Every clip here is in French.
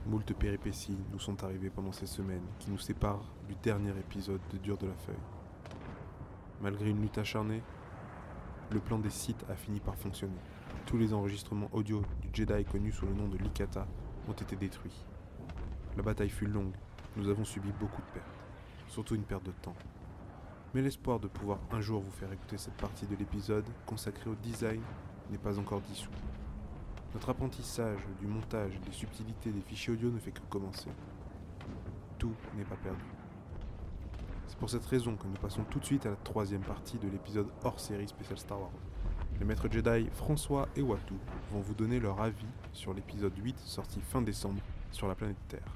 Moult péripéties nous sont arrivées pendant ces semaines qui nous séparent du dernier épisode de Dur de la Feuille. Malgré une lutte acharnée, le plan des Sith a fini par fonctionner. Tous les enregistrements audio du Jedi connu sous le nom de Likata ont été détruits. La bataille fut longue, nous avons subi beaucoup de pertes, surtout une perte de temps. Mais l'espoir de pouvoir un jour vous faire écouter cette partie de l'épisode consacrée au design n'est pas encore dissous. Notre apprentissage du montage et des subtilités des fichiers audio ne fait que commencer. Tout n'est pas perdu. C'est pour cette raison que nous passons tout de suite à la troisième partie de l'épisode hors série spécial Star Wars. Les maîtres Jedi François et Watu vont vous donner leur avis sur l'épisode 8 sorti fin décembre sur la planète Terre.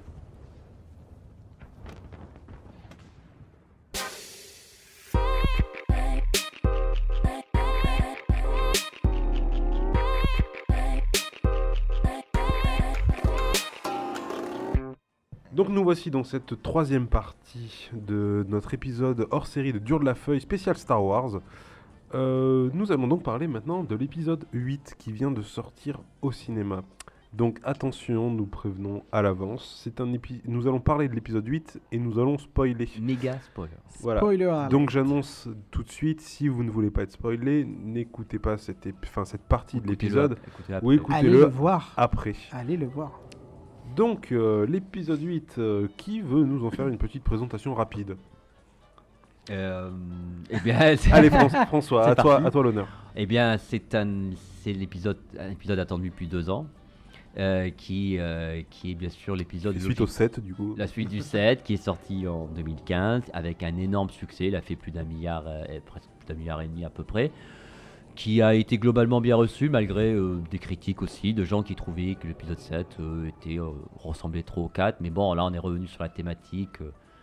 Donc nous voici dans cette troisième partie de notre épisode hors série de Dur de la Feuille spécial Star Wars. Nous allons donc parler maintenant de l'épisode 8 qui vient de sortir au cinéma. Donc attention, nous prévenons à l'avance, nous allons parler de l'épisode 8 et nous allons spoiler. Méga spoiler. Voilà. Spoiler alert. Donc j'annonce tout de suite, si vous ne voulez pas être spoilé, n'écoutez pas cette partie de l'épisode ou Allez écoutez-le le voir. après. Allez le voir. Donc l'épisode 8, qui veut nous en faire une petite présentation rapide? Eh bien, Allez François, C'est à toi l'honneur. eh bien, c'est l'épisode, un épisode attendu depuis 2 ans, qui est bien sûr l'épisode Suite au 7 du coup. la suite du 7, qui est sorti en 2015 avec un énorme succès. Il a fait plus d'1 milliard, presque plus d'1,5 milliard à peu près, qui a été globalement bien reçu malgré des critiques aussi, de gens qui trouvaient que l'épisode 7 ressemblait trop au 4. Mais bon, là on est revenu sur la thématique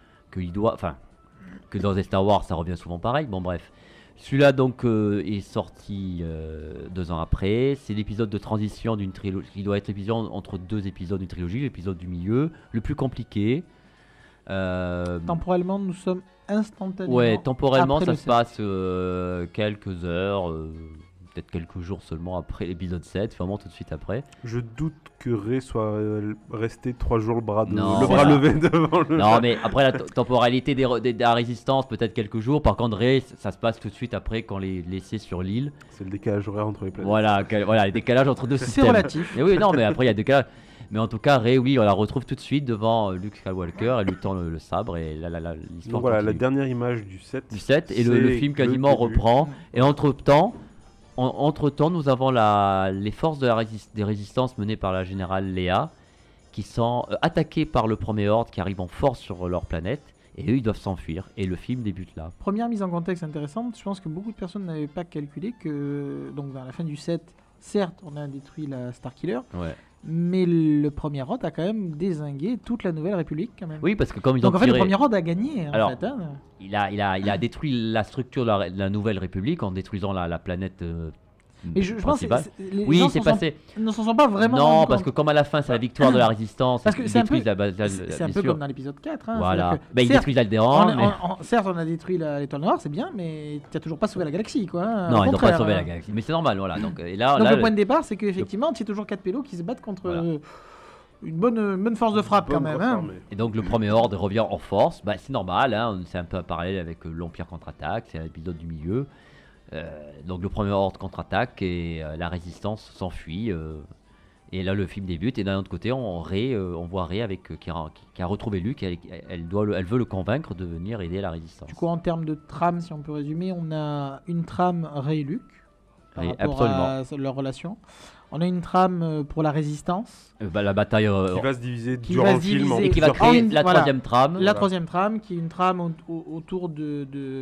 que dans les Star Wars ça revient souvent pareil. Bon bref, celui-là donc est sorti 2 ans après. C'est l'épisode de transition d'une trilogie, qui doit être l'épisode entre 2 épisodes d'une trilogie, l'épisode du milieu, le plus compliqué. Temporellement, nous sommes instantanément. Ouais, temporellement, après ça le se 7. passe quelques heures, peut-être quelques jours seulement après l'épisode 7, vraiment tout de suite après. Je doute que Rey soit resté 3 jours le bras Non, levé devant le... Non, mais après la temporalité de la résistance, peut-être quelques jours. Par contre, Rey, ça se passe tout de suite après quand les laissés sur l'île. C'est le décalage horaire entre les planètes. Voilà, le décalage entre 2 C'est systèmes. relatif. Et oui, non, mais après il y a décalage. Mais en tout cas, Rey, oui, on la retrouve tout de suite devant Luke Skywalker. Elle lui tend le sabre et l'histoire Donc voilà, la continue. dernière image du 7. Du 7 et le c'est film le quasiment début. reprend. Et entre-temps, nous avons les forces des résistances menées par la générale Leia qui sont attaquées par le Premier Ordre qui arrive en force sur leur planète. Et eux, ils doivent s'enfuir. Et le film débute là. Première mise en contexte intéressante, je pense que beaucoup de personnes n'avaient pas calculé que, donc vers la fin du 7, certes, on a détruit la Starkiller, Ouais. mais le Premier Ordre a quand même dézingué toute la Nouvelle République quand même. Oui, parce que comme ils Donc ont en fait, le tiré... Premier Ordre a gagné en Alors, fait. Hein. Il a détruit la structure de la Nouvelle République en détruisant la planète Mais je pense que principale. les Oui, gens c'est s'en sont- passé. ne s'en sont pas vraiment Non, rendus parce compte. que comme à la fin, c'est la victoire de la résistance. Parce que ils c'est un peu- détruisent la base. C'est un peu comme dans l'épisode 4. Hein, Voilà. c'est-à-dire que, Bah, ils certes, détruisent Alderaan, mais... certes, on a détruit l'étoile noire, c'est bien, mais tu n'as toujours pas sauvé la galaxie. Quoi, hein, Non, au ils n'ont pas contraire, sauvé hein. la galaxie. Mais c'est normal, voilà. Donc, et là, Donc là, le point de départ, c'est qu'effectivement, tu as toujours 4 pélos qui se battent contre Voilà. une bonne force de frappe quand Bonne même. Hein. reformée. Et donc le Premier Ordre revient en force. Bah, c'est normal, hein, c'est un peu un parallèle avec l'Empire contre-attaque, c'est l'épisode du milieu. Donc le Premier Ordre contre-attaque et la résistance s'enfuit. Et là le film débute et d'un autre côté on voit Rey qui a retrouvé Luke. Elle veut le convaincre de venir aider la résistance. Du coup, en termes de trame, si on peut résumer, on a une trame Rey et Luke par Oui, rapport à absolument. leur relation. On a une trame pour la résistance. La bataille Qui va se diviser Qui durant va le se film en diviser. et qui va plusieurs créer Voilà. la troisième trame. La troisième trame, qui est une trame autour de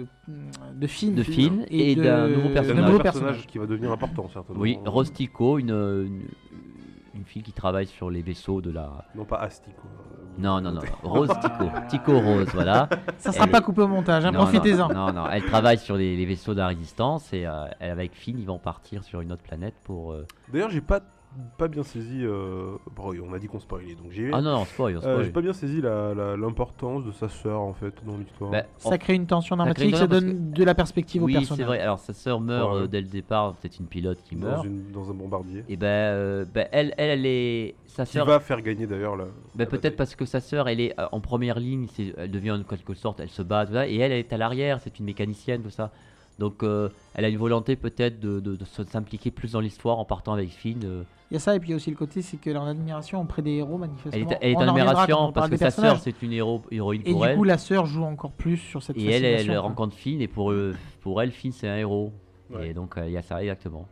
Finn. De Finn et de- d'un nouveau C'est personnage. un nouveau nouveau personnage qui va devenir important certainement. Oui, Rose Tico, une fille qui travaille sur les vaisseaux de la... Non pas Astico. Non, Rose Tico. Tico Rose, voilà. Ça sera Elle pas est- coupé au montage, hein, Non, profitez-en. Non, elle travaille sur les vaisseaux de la résistance et avec Finn, ils vont partir sur une autre planète pour... D'ailleurs, j'ai pas pas bien saisi. Bon, on a dit qu'on spoilait, donc j'ai. Ah non, spoil. J'ai pas bien saisi l'importance de sa sœur en fait dans l'histoire. Bah, Ça crée une tension ça crée une dramatique, ça tension donne de la perspective au oui, personnage. c'est vrai. Alors sa sœur meurt Ouais. dès le départ, c'est une pilote qui meurt. Dans un bombardier. Et elle est sa Qui sœur. va faire gagner d'ailleurs la. la Peut-être bataille. parce que sa sœur, elle est en première ligne, elle devient en quelque sorte, elle se bat, tout ça, et elle est à l'arrière, c'est une mécanicienne, tout ça. Donc elle a une volonté peut-être de s'impliquer plus dans l'histoire en partant avec Finn. Il y a ça, et puis il y a aussi le côté, c'est qu'elle est en admiration auprès des héros, manifestement. Elle est On en en reviendra admiration quand on parce parle que des sa sœur, personnages. c'est une héroïne Et pour du elle. coup, la sœur joue encore plus sur cette Et elle fascination, quoi. rencontre Finn, et pour elle, Finn, c'est un héros. Ouais. Et donc il y a ça, exactement.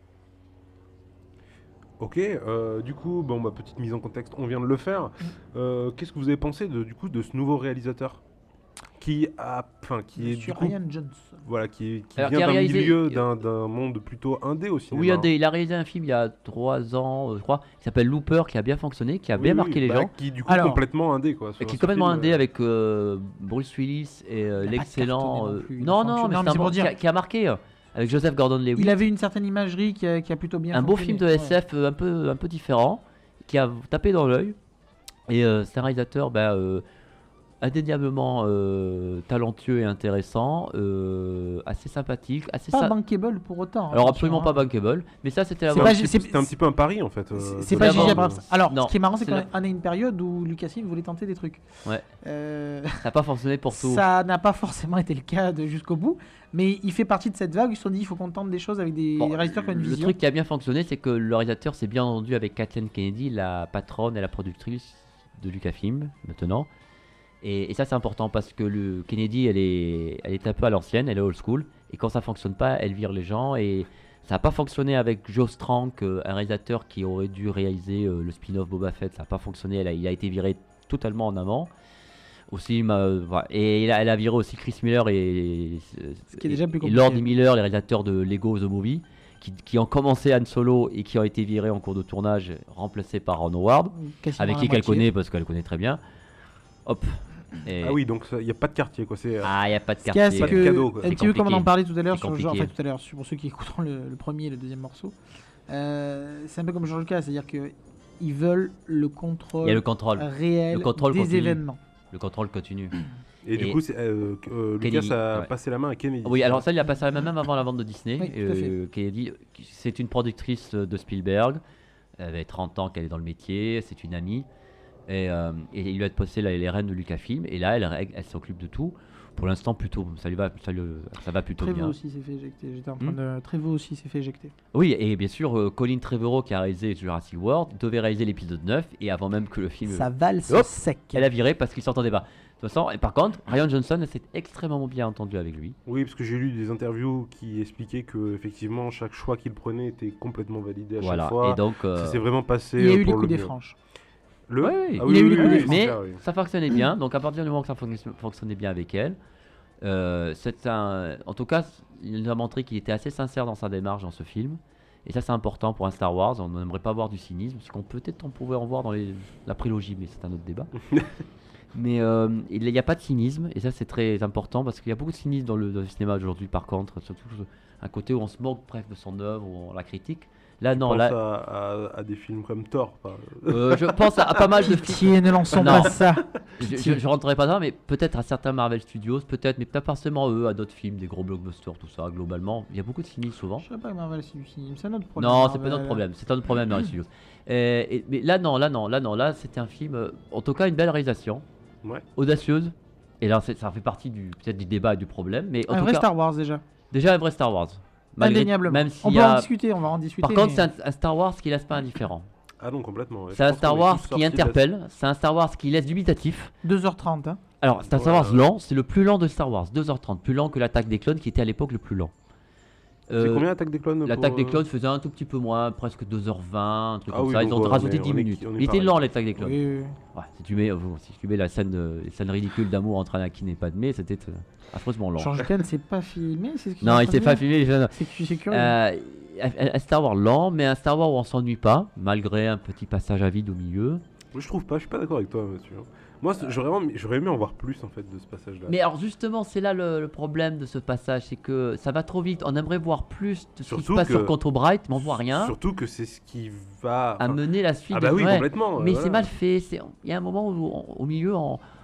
Ok, du coup, bon, petite mise en contexte, on vient de le faire. Qu'est-ce que vous avez pensé de ce nouveau réalisateur qui est du Sur coup, Ryan Johnson. voilà, qui Alors, vient qui a d'un réalisé- milieu, d'un monde plutôt indé au cinéma. Oui, il a réalisé un film il y a 3 ans, je crois, qui s'appelle Looper, qui a bien fonctionné, qui a Oui, bien oui, marqué les gens. Qui est du coup Alors, complètement indé, quoi. Qui est complètement indé avec Bruce Willis et l'excellent. cartonné non plus, il a Non, fonctionné. mais Non, c'est mais un c'est pour bon dire. qui a marqué avec Joseph Gordon-Levitt. Il avait une certaine imagerie qui a plutôt bien Un beau fonctionné. film de Ouais. SF un peu différent, qui a tapé dans l'œil. Et c'est un réalisateur indéniablement talentueux et intéressant, assez sympathique, assez Pas bankable pour autant. Alors attention, absolument hein. pas bankable, mais ça c'était la C'est voie- pas- C'était un petit peu un pari en fait. C'est de pas la J.J. base. Abrams. Alors, Non, ce qui est marrant, c'est c'est qu'on la- est une période où Lucasfilm voulait tenter des trucs. Ouais. Euh, ça n'a pas fonctionné pour tout. Ça n'a pas forcément été le cas jusqu'au bout, mais il fait partie de cette vague. Ils se sont dit, il faut qu'on tente des choses avec des Bon, réalisateurs qui ont une le vision. truc qui a bien fonctionné, c'est que le réalisateur s'est bien entendu avec Kathleen Kennedy, la patronne et la productrice de Lucasfilm maintenant. Et ça c'est important parce que Kennedy elle est un peu à l'ancienne, elle est old school, et quand ça fonctionne pas, elle vire les gens. Et ça n'a pas fonctionné avec Joe Trank, un réalisateur qui aurait dû réaliser le spin-off Boba Fett. Ça n'a pas fonctionné, il a été viré totalement en avant. Aussi, voilà. Et elle a viré aussi Chris Miller Ce qui est déjà plus et compliqué. Lord Miller, les réalisateurs de Lego The Movie, qui ont commencé Han Solo et qui ont été virés en cours de tournage, remplacés par Ron Howard, Quasiment avec la qui qu'elle moitié. connaît parce qu'elle connaît très bien. Hop. Et- Ah oui, donc il n'y a pas de quartier quoi. C'est Ah, il n'y a pas de Ce qu'il y a, quartier. c'est Pas de que, cadeau, quoi. un C'est petit peu comme on en compliqué. parlait tout à l'heure, C'est sur compliqué. tout à l'heure, pour ceux qui écouteront le premier et le deuxième morceau, c'est un peu comme George Lucas, c'est-à-dire qu'ils veulent le contrôle, Il y a le contrôle. réel Le contrôle des continu. événements. Le contrôle continue. Et du Et- coup, Kennedy, Lucas a ouais. passé la main à Kennedy. Oui, alors ça, il a passé même avant la vente de Disney. Oui, tout à fait. Kennedy, c'est une productrice de Spielberg. Elle avait 30 ans qu'elle est dans le métier, c'est une amie. Et il lui a passé les rênes de Lucasfilm. Et là, elle s'occupe de tout. Pour l'instant, plutôt, ça va plutôt Trevorrow bien. aussi s'est fait éjecter. J'étais en train de. Trevorrow aussi s'est fait éjecter. Oui, et bien sûr, Colin Trevorrow, qui a réalisé Jurassic World, devait réaliser l'épisode 9. Et avant même que le film. Ça valse Hop, sec. Elle a viré parce qu'ils s'entendaient pas. De toute façon, et par contre, Ryan Johnson s'est extrêmement bien entendu avec lui. Oui, parce que j'ai lu des interviews qui expliquaient que effectivement chaque choix qu'il prenait était complètement validé à Voilà. chaque fois. Et donc, Ça s'est vraiment passé. Il y a eu les pour coups le des mieux. franches. Le Ouais, ouais. Ah Il y a eu les coups des franches. Mais c'est clair, oui. ça fonctionnait bien. Donc à partir du moment que ça fonctionnait bien avec elle, en tout cas, il nous a montré qu'il était assez sincère dans sa démarche dans ce film. Et ça, c'est important pour un Star Wars. On n'aimerait pas voir du cynisme, ce qu'on peut-être on pouvait en voir dans la prélogie, mais c'est un autre débat. Mais il n'y a pas de cynisme, et ça c'est très important parce qu'il y a beaucoup de cynisme dans le cinéma aujourd'hui. Par contre, surtout un côté où on se moque presque de son œuvre, où on la critique. Là, non, Pense là, à des films comme Thor. je pense à pas mal de films. Pitié, ne lançons Non. pas ça. Je rentrerai pas dans, mais peut-être à certains Marvel Studios, peut-être, mais pas forcément eux, à d'autres films, des gros blockbusters, tout ça. Globalement, il y a beaucoup de cynisme souvent. Je sais pas, Marvel, c'est du cynisme. C'est un autre problème. Non, c'est pas Marvel. notre problème. C'est un autre problème Marvel Studios. Mais là, non, là, c'était un film, en tout cas, une belle réalisation, Ouais. audacieuse. Et là, ça fait partie peut-être du débat et du problème, mais en Un tout vrai cas, Star Wars déjà. déjà un vrai Star Wars. Indéniablement. Même On s'il peut y en a... discuter, on va en discuter. Par contre, mais- c'est un Star Wars qui laisse pas indifférent. Ah non, complètement. ouais. C'est un Je pense Star qu'on est Wars tous qui sortis de interpelle, c'est un Star Wars qui laisse dubitatif. 2h30. Hein. Alors, c'est un Star Wars lent, c'est le plus lent de Star Wars, 2h30, plus lent que l'attaque des clones qui était à l'époque le plus lent. C'est combien l'attaque des clones L'attaque pour, des clones faisait un tout petit peu moins, presque 2h20, un truc Ah comme oui, ça. Ils donc, ont rajouté on 10 est- minutes. on est Il était pareil. lent l'attaque des clones. Oui, oui. Ouais, si tu mets la scène ridicule d'amour entre Anakin et Padmé, c'était affreusement lent. George Lucas ne s'est pas filmé, c'est ce que Non, tu il s'est pas filmé. C'est curieux. Un Star Wars lent, mais un Star Wars où on s'ennuie pas, malgré un petit passage à vide au milieu. Moi, je trouve pas, je suis pas d'accord avec toi, monsieur. Moi, j'aurais aimé en voir plus en fait de ce passage-là. Mais alors justement, c'est là le problème de ce passage, c'est que ça va trop vite. On aimerait voir plus de ce qui se Surtout passe que- sur Contre Bright, mais on voit rien. Surtout que c'est ce qui va. À mener la suite. Ah bah de- oui, ouais. complètement. Mais voilà. c'est mal fait. Il y a un moment où, au milieu,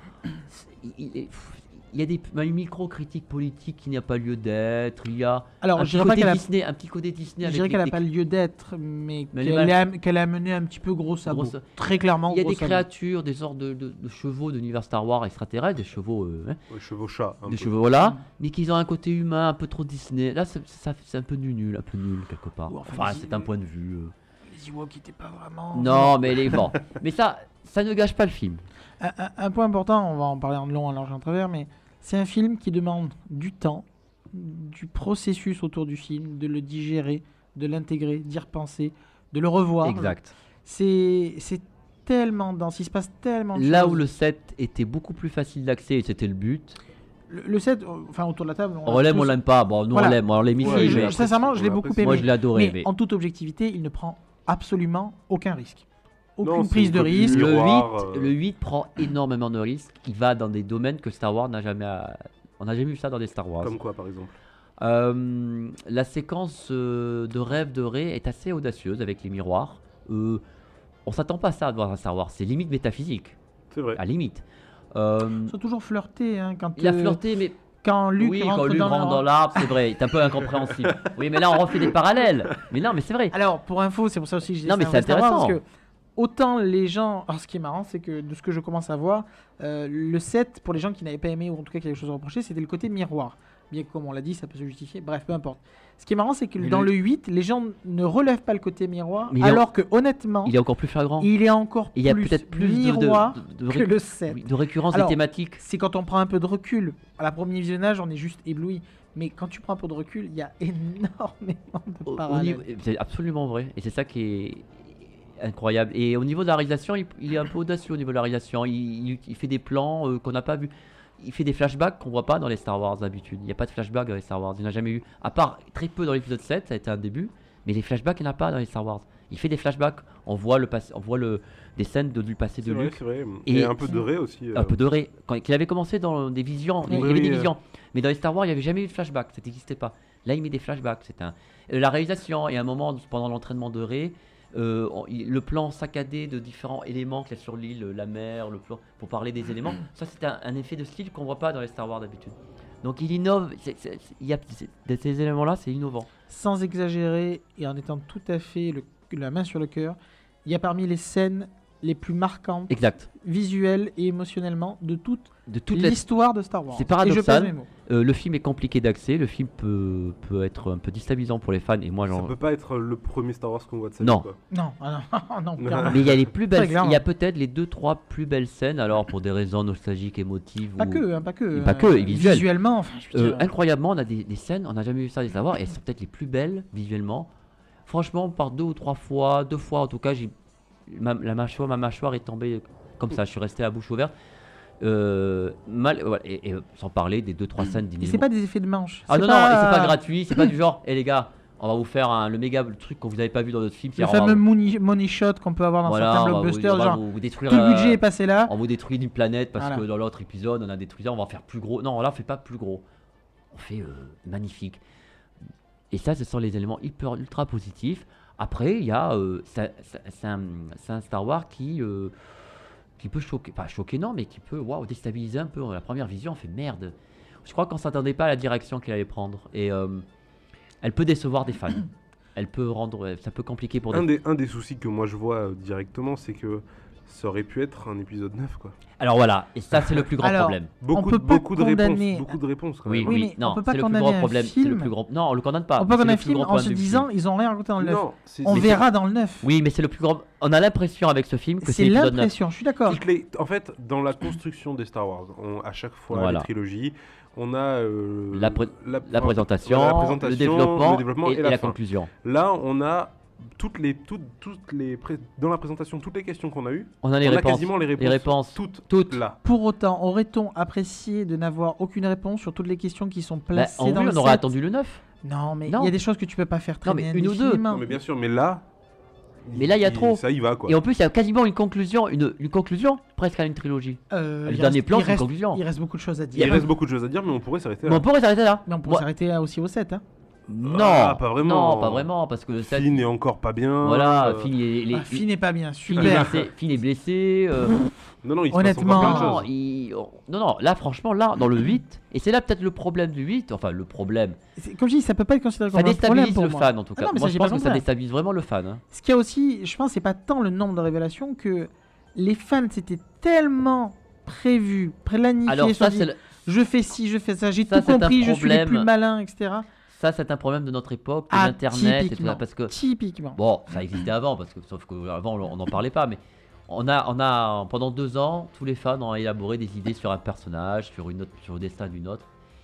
il y a une micro-critique politique qui n'a pas lieu d'être. Il y a Alors, un je petit dirais pas côté qu'elle a, Disney, un petit côté Disney je avec dirais qu'elle a les- pas lieu d'être, mais Mais qu'elle a mené un petit peu gros sabot. Gros sa- Très clairement, Il y a gros des sabot. créatures, des sortes de chevaux de l'univers Star Wars extraterrestres, des chevaux, Ouais, chevaux-chat. des chevaux voilà, mais qu'ils ont un côté humain un peu trop Disney. Là, c'est un peu nul quelque part. Ou enfin, Enfin, les- c'est un point de vue. Les Ewoks n'étaient pas vraiment. Non, mais bon. Mais ça ne gâche pas le film. Un point important, on va en parler en long, en large, en travers, mais c'est un film qui demande du temps, du processus autour du film, de le digérer, de l'intégrer, d'y repenser, de le revoir. Exact. C'est tellement dense, il se passe tellement de Là choses. où le 7 était beaucoup plus facile d'accès et c'était le but. Le 7, enfin autour de la table, On l'aime, tous- on l'aime pas. Bon, nous Voilà. on l'aime ici, Ouais, je- mais sincèrement, je l'ai on beaucoup l'apprécie. aimé. moi je l'ai adoré. Mais en toute objectivité, il ne prend absolument aucun risque. Non, Aucune c'est prise une de copie risque. du Le miroir, 8, le 8 prend énormément de risques. Il va dans des domaines que Star Wars n'a jamais. On n'a jamais vu ça dans des Star Wars. Comme quoi, par exemple La séquence de rêve de Rey est assez audacieuse avec les miroirs. On s'attend pas à ça dans un Star Wars. C'est limite métaphysique, C'est vrai. à limite. Ils ont toujours flirté. Hein, quand, Il a flirté, mais quand Luke oui, rentre quand Luke dans rentre dans l'arbre, c'est vrai. C'est un peu incompréhensible. Oui, mais là on refait des parallèles. Mais non, mais c'est vrai. Alors, pour info, c'est pour ça aussi que je dis Non, mais un c'est vrai Star Wars, intéressant. parce que autant les gens. Alors, ce qui est marrant, c'est que de ce que je commence à voir, le 7, pour les gens qui n'avaient pas aimé, ou en tout cas qui avaient des choses à reprocher, c'était le côté miroir. Bien que, comme on l'a dit, ça peut se justifier. Bref, peu importe. Ce qui est marrant, c'est que Mais dans le- le 8, les gens ne relèvent pas le côté miroir, Mais il est alors que, honnêtement, Il est encore plus flagrant. il est encore Il y a plus peut-être plus miroir de que le 7. oui, de récurrence Alors, des thématiques. C'est quand on prend un peu de recul. À la première visionnage, on est juste ébloui. Mais quand tu prends un peu de recul, il y a énormément de Au parallèles. niveau- c'est absolument vrai. Et c'est ça qui est incroyable. Et au niveau de la réalisation, il est un peu audacieux au niveau de la réalisation. Il fait des plans qu'on n'a pas vus. Il fait des flashbacks qu'on voit pas dans les Star Wars d'habitude. Il n'y a pas de flashbacks dans les Star Wars. Il n'y en a jamais eu. À part très peu dans l'épisode 7, ça a été un début. Mais les flashbacks, il n'y en a pas dans les Star Wars. Il fait des flashbacks. On voit des scènes du passé de C'est vrai, Luke. c'est vrai. Et- Et un peu de Rey aussi. Un peu de Rey. Quand il avait commencé dans des visions, il y Oui, avait des oui, visions. Mais dans les Star Wars, il n'y avait jamais eu de flashback. Ça n'existait pas. Là, il met des flashbacks. La réalisation, et à un moment, pendant l'entraînement de Rey, le plan saccadé de différents éléments qu'il y a sur l'île, la mer, le plan, pour parler des éléments, ça c'est un effet de style qu'on voit pas dans les Star Wars d'habitude. Donc il innove, ces éléments-là, c'est innovant. Sans exagérer et en étant tout à fait la main sur le cœur, il y a parmi les scènes les plus marquantes, Exact. visuelles et émotionnellement, de toute De toutes les... l'histoire de Star Wars. C'est Et je paradoxal. pèse mes mots. Le film est compliqué d'accès, le film peut être un peu déstabilisant pour les fans, et moi Ça j'en... peut pas être le premier Star Wars qu'on voit de sa Non. vie, quoi. Non, non, clairement. Mais il y a les plus belles, clairement. il y a peut-être les 2-3 plus belles scènes, alors pour des raisons nostalgiques, émotives. Pas ou- que, hein, pas que. Pas que, et visuel. Visuellement, enfin, je veux dire, Incroyablement, on a des scènes, on n'a jamais vu ça des Star Wars, et elles sont peut-être les plus belles visuellement. Franchement, par 2 ou 3 fois, 2 fois en tout cas, ma mâchoire est tombée comme ça, je suis resté à bouche ouverte. Voilà, et sans parler des 2-3 scènes Et d'inimité. c'est pas des effets de manche. Ah C'est non, non, et c'est pas gratuit, c'est pas du genre, hé les gars, on va vous faire le méga truc que vous n'avez pas vu dans notre film. Le c'est-à-dire, on va fameux vous- money shot qu'on peut avoir dans voilà, certains on va vous- blockbusters, on va genre vous détruire, tout le budget est passé là. on vous détruit d'une planète parce Voilà. que dans l'autre épisode on a détruit ça, on va faire plus gros. Non, là on fait pas plus gros, on fait magnifique. Et ça, ce sont les éléments ultra positifs. Après, il y a c'est un Star Wars qui peut choquer, pas choquer non, mais qui peut déstabiliser un peu. La première vision, on fait merde. Je crois qu'on s'attendait pas à la direction qu'il allait prendre, et elle peut décevoir des fans. Ça peut compliquer pour des. Un des soucis que moi je vois directement, c'est que ça aurait pu être un épisode 9, quoi. Alors voilà, et ça c'est le plus grand Alors, problème. Beaucoup, peut pas beaucoup de condamner- réponses. Beaucoup de réponses, quand Oui, même. Oui, oui, mais on non, peut pas c'est le plus condamner grand un problème. C'est le film. plus grand. Non, on le condamne pas. On mais peut c'est qu'on le un plus film grand en problème se du disant film. ils ont rien raconté dans le 9. Non, On mais verra dans le 9. Oui, mais c'est le plus grand. On a l'impression avec ce film que c'est C'est l'épisode 9. l'impression, je suis d'accord. En fait, dans la construction des Star Wars, à chaque fois, Voilà. les trilogies, on a La présentation, voilà, la le présentation, développement, et la fin. conclusion. Là, on a dans la présentation, toutes les questions qu'on a eues, On a les on a réponses. quasiment les réponses, Les réponses. toutes là. Pour autant, aurait-on apprécié de n'avoir aucune réponse sur toutes les questions qui sont Bah, placées en dans vrai, le on aurait set attendu le 9. Non, mais il Non. y a des choses que tu peux pas faire très Non, mais bien une ou deux. indéfiniment. Non, mais bien sûr, mais là, Mais là, il y a trop. Ça y va, quoi. Et en plus, il y a quasiment une conclusion presque à une trilogie. Le dernier plan, c'est une conclusion. Il reste beaucoup de choses à dire. Il reste beaucoup de choses à dire, mais on pourrait s'arrêter Mais là. on pourrait s'arrêter là. Mais on pourrait s'arrêter aussi au 7. Hein. Non, Ah, pas vraiment. Non, pas vraiment, parce que le 7. Finn est encore pas bien. Voilà, Finn Finn n'est pas bien, Finn super. Finn est blessé. Non, il se Honnêtement, passe encore plein de choses. Non, là, franchement, là, dans le 8, et c'est là peut-être le problème du 8, enfin, le problème. Comme je dis, ça peut pas être considéré Ça comme un problème déstabilise pour le moi. fan, en tout cas. non, mais Moi, ça, je j'ai pense pas que ça compris. déstabilise vraiment le fan. Hein. Ce qu'il y a aussi, je pense, c'est pas tant le nombre de révélations que les fans s'étaient tellement prévus, planifiés. Alors, ça, dit, c'est je fais ci, je fais ça, j'ai Ça, tout c'est un compris, je suis le problème. plus malin, etc. Ça, c'est un problème de notre époque, de Ah, l'internet et tout typiquement. ça, parce que Typiquement. bon, ça existait avant, parce que sauf qu'avant on n'en parlait pas, mais on a pendant 2 ans, tous les fans ont élaboré des idées sur un personnage, sur le destin d'une autre.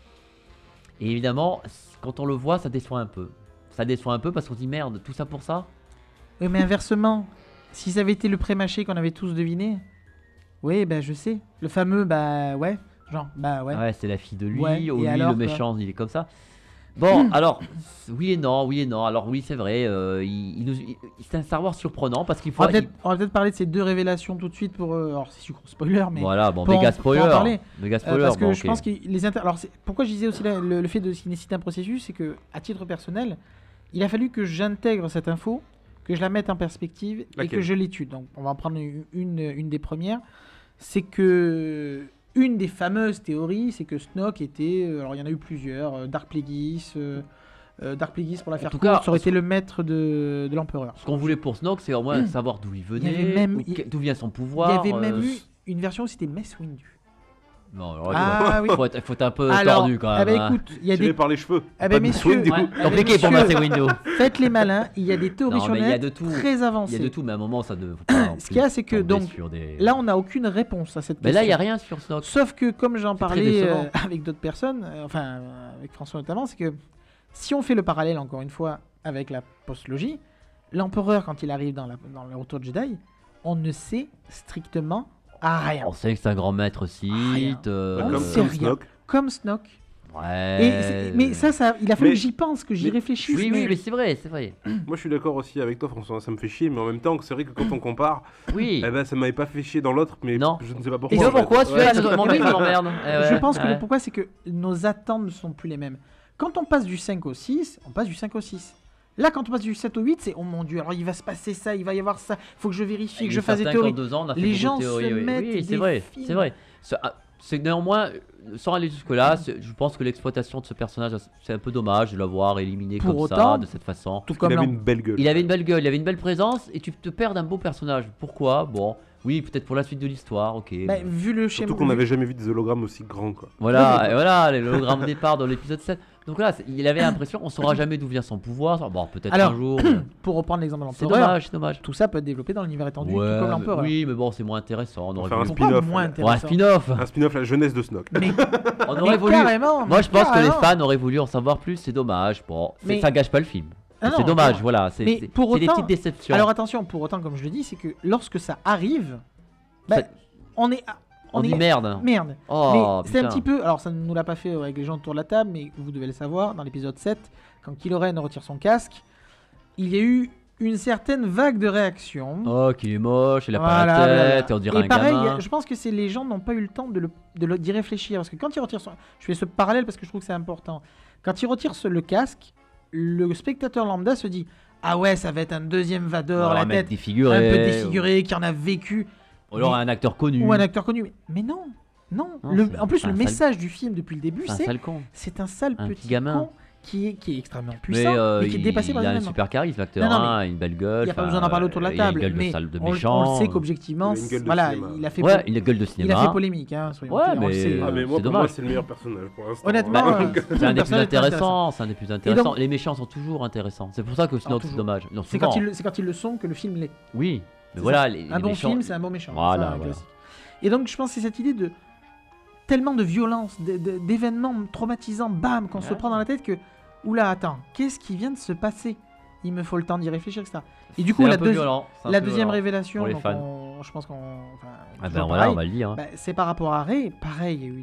Et évidemment, quand on le voit, ça déçoit un peu. Ça déçoit un peu parce qu'on se dit merde, tout ça pour ça. Oui, mais inversement, si ça avait été le pré-mâché qu'on avait tous deviné, oui, ben je sais. Le fameux, bah ouais, genre, bah ouais. Ouais, c'est la fille de lui, Ouais, ou et lui alors, le quoi méchant, il est comme ça. Bon, alors, oui et non. Alors oui, c'est vrai, c'est un Star Wars surprenant parce qu'il faut... On va peut-être parler de ces deux révélations tout de suite pour. Alors, c'est super spoiler, mais. Voilà, bon, pour en- méga pour en spoiler. parler. Méga spoiler, Parce que bon, je ok. pense que les alors pourquoi je disais aussi là, le fait de nécessiter un processus, c'est que à titre personnel, il a fallu que j'intègre cette info, que je la mette en perspective et Laquelle que je l'étude. Donc on va en prendre une des premières. C'est que une des fameuses théories, c'est que Snoke était, alors il y en a eu plusieurs, Dark Plagueis pour la faire tout courte, cas, ça aurait été le maître de l'empereur. Ce qu'on voulait pour Snoke, c'est au moins savoir d'où il Il y avait venait, même- d'où vient son Il y pouvoir. avait même eu une version où c'était Mace Windu. Non, alors, Ah oui. faut être un peu Alors, tordu quand eh même. ben, hein. écoute, il y a Tiré des par les cheveux. Eh ben, Pas de messieurs, swing, du coup. ouais. Ouais, compliqué pour moi, c'est Windows. faites les malins, il y a des théories Non, sur mais le il y a net de tout. très Il y avancées. a de tout, mais à un moment, ça ne faut pas. non Ce qu'il y a, plus c'est que, tomber donc, sur des- Là, on n'a aucune réponse à cette Mais question. là, il n'y a rien sur Snoke. Sauf que, comme j'en très parlais décevant. avec d'autres personnes, avec François notamment, c'est que si on fait le parallèle, encore une fois, avec la postlogie, l'empereur, quand il arrive dans le Retour de Jedi, on ne sait strictement rien. On sait que c'est un grand maître Rien. Sith. On Comme sait rien. Snoke. Comme Snoke. Ouais. Mais ça, il a fallu Mais- que j'y pense, que j'y mais- réfléchisse. Oui, mais- oui, mais c'est vrai, c'est vrai. Moi, je suis d'accord aussi avec toi, François. Ça me fait chier, mais en même temps, c'est vrai que quand on compare, Oui. eh ben, ça m'avait pas fait chier dans l'autre, mais Non. je ne sais pas Et pourquoi. tu vois en fait. pourquoi celui-là, Ouais. il m'emmerde, il m'emmerde. Je pense que le pourquoi, c'est que nos attentes ne sont plus les mêmes. Quand on passe du 5 au 6, on passe du 5 au 6. Là, quand on passe du 7 au 8, c'est oh mon dieu, alors il va se passer ça, il va y avoir ça, faut que je vérifie, que je fasse des théories. 2 ans, on a fait Les beaucoup de gens théories, se oui. mettent Oui, des c'est vrai, films. c'est vrai. C'est néanmoins, sans aller jusque-là, je pense que l'exploitation de ce personnage, c'est un peu dommage de l'avoir éliminé Pour comme ça, autant, de cette façon. Tout Il comme avait l'an- une belle gueule. Il avait une belle gueule, il avait une belle présence, et tu te perds d'un beau personnage. Pourquoi? Bon, oui, peut-être pour la suite de l'histoire, ok. Bah, bon. vu le schéma. Surtout qu'on n'avait jamais vu des hologrammes aussi grands, quoi. Voilà, et voilà, l'hologramme au départ dans l'épisode 7. Donc là, il avait l'impression, on saura jamais d'où vient son pouvoir. Bon, peut-être Alors, un jour. Pour reprendre l'exemple de C'est l'empereur, dommage, c'est dommage. tout ça peut être développé dans l'univers étendu, Ouais, tout comme l'empereur. oui, mais bon, c'est moins intéressant. On aurait Faire un voulu... Pourquoi spin-off. moins Ouais, un intéressant spin-off. Un spin-off, la jeunesse de Snoke. Mais, On mais aurait voulu. carrément, Moi, je pense que les carrément. fans auraient voulu en savoir plus. C'est dommage. Bon, Mais- ça gâche pas le film. Ah C'est non, dommage, non. voilà. Mais pour c'est des autant- petites déceptions. Alors attention, pour autant, comme je le dis, c'est que lorsque ça arrive, bah, Ça- on est. on dit est- merde. Merde. Oh, mais c'est un putain. petit peu. Alors, ça ne nous l'a pas fait avec les gens autour de la table, mais vous devez le savoir, dans l'épisode 7, quand Kylo Ren retire son casque, il y a eu une certaine vague de réactions. Oh, qu'il est moche, il a pas Voilà, la voilà. tête, et on dirait Et un pareil, gamin. je pense que c'est les gens n'ont pas eu le temps d'y réfléchir. Parce que quand il retire son. Je fais ce parallèle parce que je trouve que c'est important. Quand il retire le casque, le spectateur lambda se dit ah ouais, ça va être un deuxième Vador, Oh, la un mec tête défiguré. un peu défiguré, qui en a vécu. Ou alors un acteur connu. Ou un acteur connu. Mais non, non. Non, c'est- En plus, c'est le un message du film depuis le début, C'est un c'est sale con. c'est un sale Un petit petit gamin. con qui est extrêmement Mais puissant, mais qui est dépassé par il a un lui-même. super charisme, l'acteur. Non, non, mais hein, une belle gueule. Il n'y a pas enfin, besoin d'en parler autour de la il a table. une gueule mais de salle de on méchant. le sait qu'objectivement, Il a une gueule de voilà, cinéma. il a fait, Ouais, une gueule de il cinéma. a fait polémique. Hein, soyons Ouais, clairs, on le mais- sait. Ah, mais moi, c'est pour dommage. moi, c'est le meilleur personnage pour l'instant. Honnêtement, Hein. euh, C'est un des plus personnage intéressants. C'est un des plus intéressants. donc- Les méchants sont toujours intéressants. C'est pour ça que Snoke, c'est toujours. dommage. Non, C'est souvent. quand ils le sont que le film l'est. Oui, mais C'est voilà. ça. Les Un bon méchants- film, c'est un bon méchant. Voilà, Ça, un voilà. classique. Et donc, je pense que c'est cette idée de tellement de violence, d'événements traumatisants, bam, qu'on se Ouais. prend dans la tête que, oula, attends, qu'est-ce qui vient de se passer? Il me faut le temps d'y réfléchir, etc. Et du coup, C'est la, un peu violent, c'est un la peu deuxième violent révélation, pour les donc fans. je pense qu'on. Enfin, Ah toujours ben voilà, pareil, on va le dire. hein. bah, c'est par rapport à Rey. Pareil, il y a eu des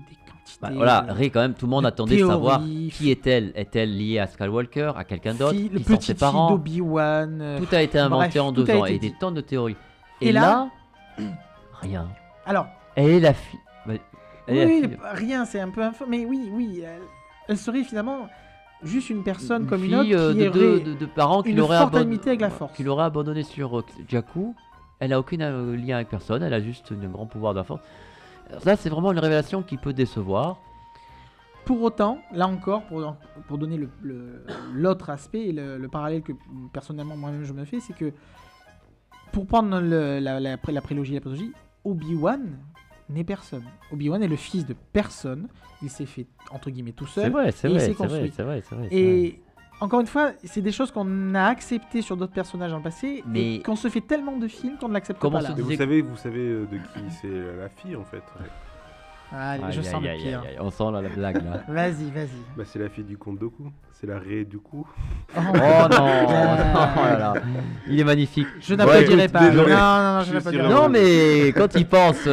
quantité. Voilà, Rey, quand même, tout le monde de attendait de savoir théories. qui est-elle. Est-elle liée à Skywalker, à quelqu'un d'autre? Le Qui sont petit ses fille parents? d'Obi-Wan. Tout a été inventé bref, en tout 2 a ans été et des dit. tonnes de théories. Et Et là- là, rien. Alors, Elle est la fille. Elle est la oui, fille. rien, c'est un peu info. Mais oui, elle serait finalement juste une personne comme une fille, autre qui de, aurait de parents qui une l'auraient forte amitié avec la Force. qui l'auraient abandonné sur Jakku. Elle a aucun lien avec personne. Elle a juste un grand pouvoir de la force. Alors là, c'est vraiment une révélation qui peut décevoir. Pour autant, là encore, pour donner l'autre aspect et le parallèle que personnellement moi-même je me fais, c'est que pour prendre la prélogie et la prélogie, Obi-Wan n'est personne. Obi-Wan est le fils de personne. Il s'est fait, entre guillemets, tout seul. C'est vrai, c'est et il vrai, s'est c'est vrai, construit. c'est vrai, c'est vrai. Et encore une fois, c'est des choses qu'on a acceptées sur d'autres personnages dans le passé, Mais- et qu'on se fait tellement de films qu'on ne l'accepte Comment pas se là. dit- Vous savez de qui c'est la fille en fait. Allez, je Aïe, sens aïe, le aïe, pire. aïe, aïe, on sent la blague là. Vas-y. Bah c'est la fille du comte Dooku. C'est la Rey du coup. Oh non, oh là là. Il est magnifique. Je n'applaudirai écoute, pas. désolé. Non, Je je suis n'applaudirai vraiment- pas. Non mais quand il pense,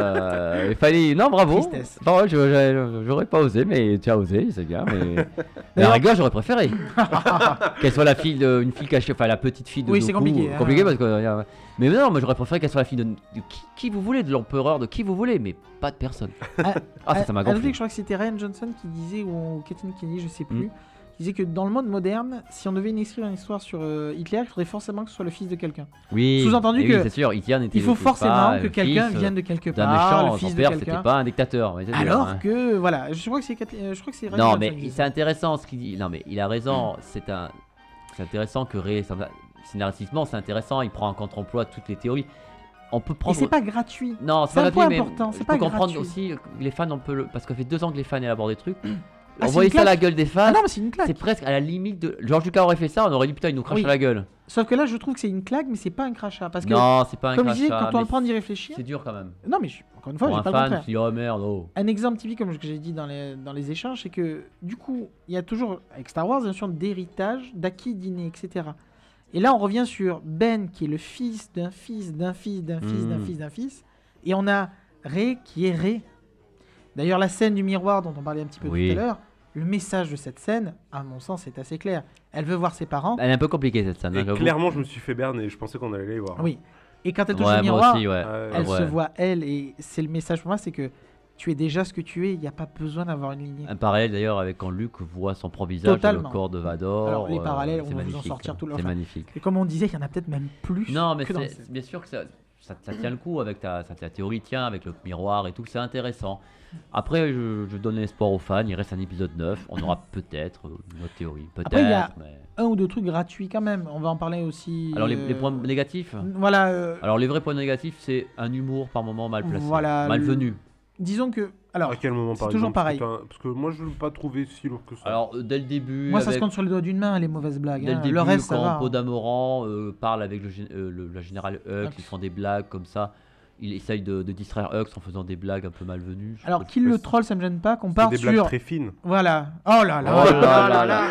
il fallait. Non bravo. Tristesse. Non, j'aurais pas osé, mais tu as osé, c'est bien. Mais à la D'ailleurs- rigueur, j'aurais préféré qu'elle soit la fille une fille cachée, enfin la petite fille de Oui, c'est Dooku. compliqué, hein. Compliqué parce que. Mais non, mais j'aurais préféré qu'elle soit la fille de qui vous voulez, de l'empereur, de qui vous voulez, mais pas de personne. Ah, ça m'a À noter gonflé. que je crois que c'était Ryan Johnson qui disait, ou Kathleen Kennedy, je sais plus, Mm. qui disait que dans le monde moderne, si on devait écrire une histoire sur Hitler, il faudrait forcément que ce soit le fils de quelqu'un. Oui. Sous-entendu et que oui, c'est sûr, Hitler n'était Il faut pas forcément le que quelqu'un fils vienne de quelque d'un part, méchant. le fils Son de père, c'était quelqu'un. pas un dictateur. mais c'est sûr, Alors hein. que, voilà, je crois que c'est Ryan Non, Johnson mais qui disait c'est ça. intéressant ce qu'il dit. Non, mais il a raison. C'est intéressant que scénaristiquement, c'est intéressant. Il prend en contre-emploi toutes les théories. On peut Et prendre. c'est pas gratuit. Non, c'est un pas point gratuit, mais important, c'est je pas peux comprendre gratuit. aussi que les fans, parce que ça fait 2 ans que les fans élaborent des trucs. Ah, On c'est voyait une ça à la claque. gueule des fans. Ah non, mais c'est une claque. C'est presque à la limite de. George Lucas aurait fait ça, on aurait dit putain, il nous crache Oui. à la gueule. Sauf que là, je trouve que c'est une claque, mais c'est pas un crachat. Parce que, Non, c'est pas un comme je crachat. disais, quand on mais le prend d'y réfléchir. c'est dur quand même. Non, mais encore une fois, Pour j'ai un pas le fan, contraire. tu dis oh merde, oh. Un exemple typique, comme j'ai dit dans les échanges, c'est que du coup, il y a toujours, avec Star Wars, une notion d'héritage, d'acquis d'inné, etc. Et là, on revient sur Ben, qui est le fils d'un fils, d'un fils, d'un fils, d'un Mm. fils, d'un fils. Et on a Rey, qui est Rey. D'ailleurs, la scène du miroir dont on parlait un petit peu Oui. tout à l'heure, le message de cette scène, à mon sens, est assez clair. Elle veut voir ses parents. Elle est un peu compliquée cette scène. Et hein, j'avoue. clairement je me suis fait berner. Je pensais qu'on allait les voir. Oui. Et quand elle touche Ouais, le moi miroir, aussi, ouais. elle Ouais. se voit elle. Et c'est le message pour moi, c'est que tu es déjà ce que tu es. Il n'y a pas besoin d'avoir une lignée. Un parallèle d'ailleurs avec quand Luke voit son propre visage Totalement. dans le corps de Vador. Alors, les parallèles, c'est on va vous en magnifique, sortir hein. tout le- C'est enfin, magnifique. Et comme on disait, il y en a peut-être même plus. Non, mais que dans c'est bien sûr que ça tient le coup avec ta théorie, tiens, avec le miroir et tout, c'est intéressant. Après, je donne l'espoir aux fans, il reste un épisode 9, on aura peut-être une autre théorie. Peut-être. Après, il y a- mais- Un ou deux trucs gratuits quand même. On va en parler aussi. Alors, les points négatifs. Voilà. Alors, les vrais points négatifs, c'est un humour par moment mal placé. Voilà, Malvenu. Disons que. Alors, À quel moment c'est par toujours exemple pareil. Parce que moi je l'ai pas trouvé si lourd que ça. Alors, dès le début. moi, ça se avec- compte sur les doigts d'une main, les mauvaises blagues. Dès hein. le début, Le reste, ça quand va. Podamoran parle avec la générale Hux, Hux. ils font des blagues comme ça. Il essaye de distraire Hux en faisant des blagues un peu malvenues. Je Alors, trouve qu'il que le c'est- troll, ça me gêne pas. Qu'on C'est part des blagues sur. très fines. Voilà. Oh là là. Oh là là là.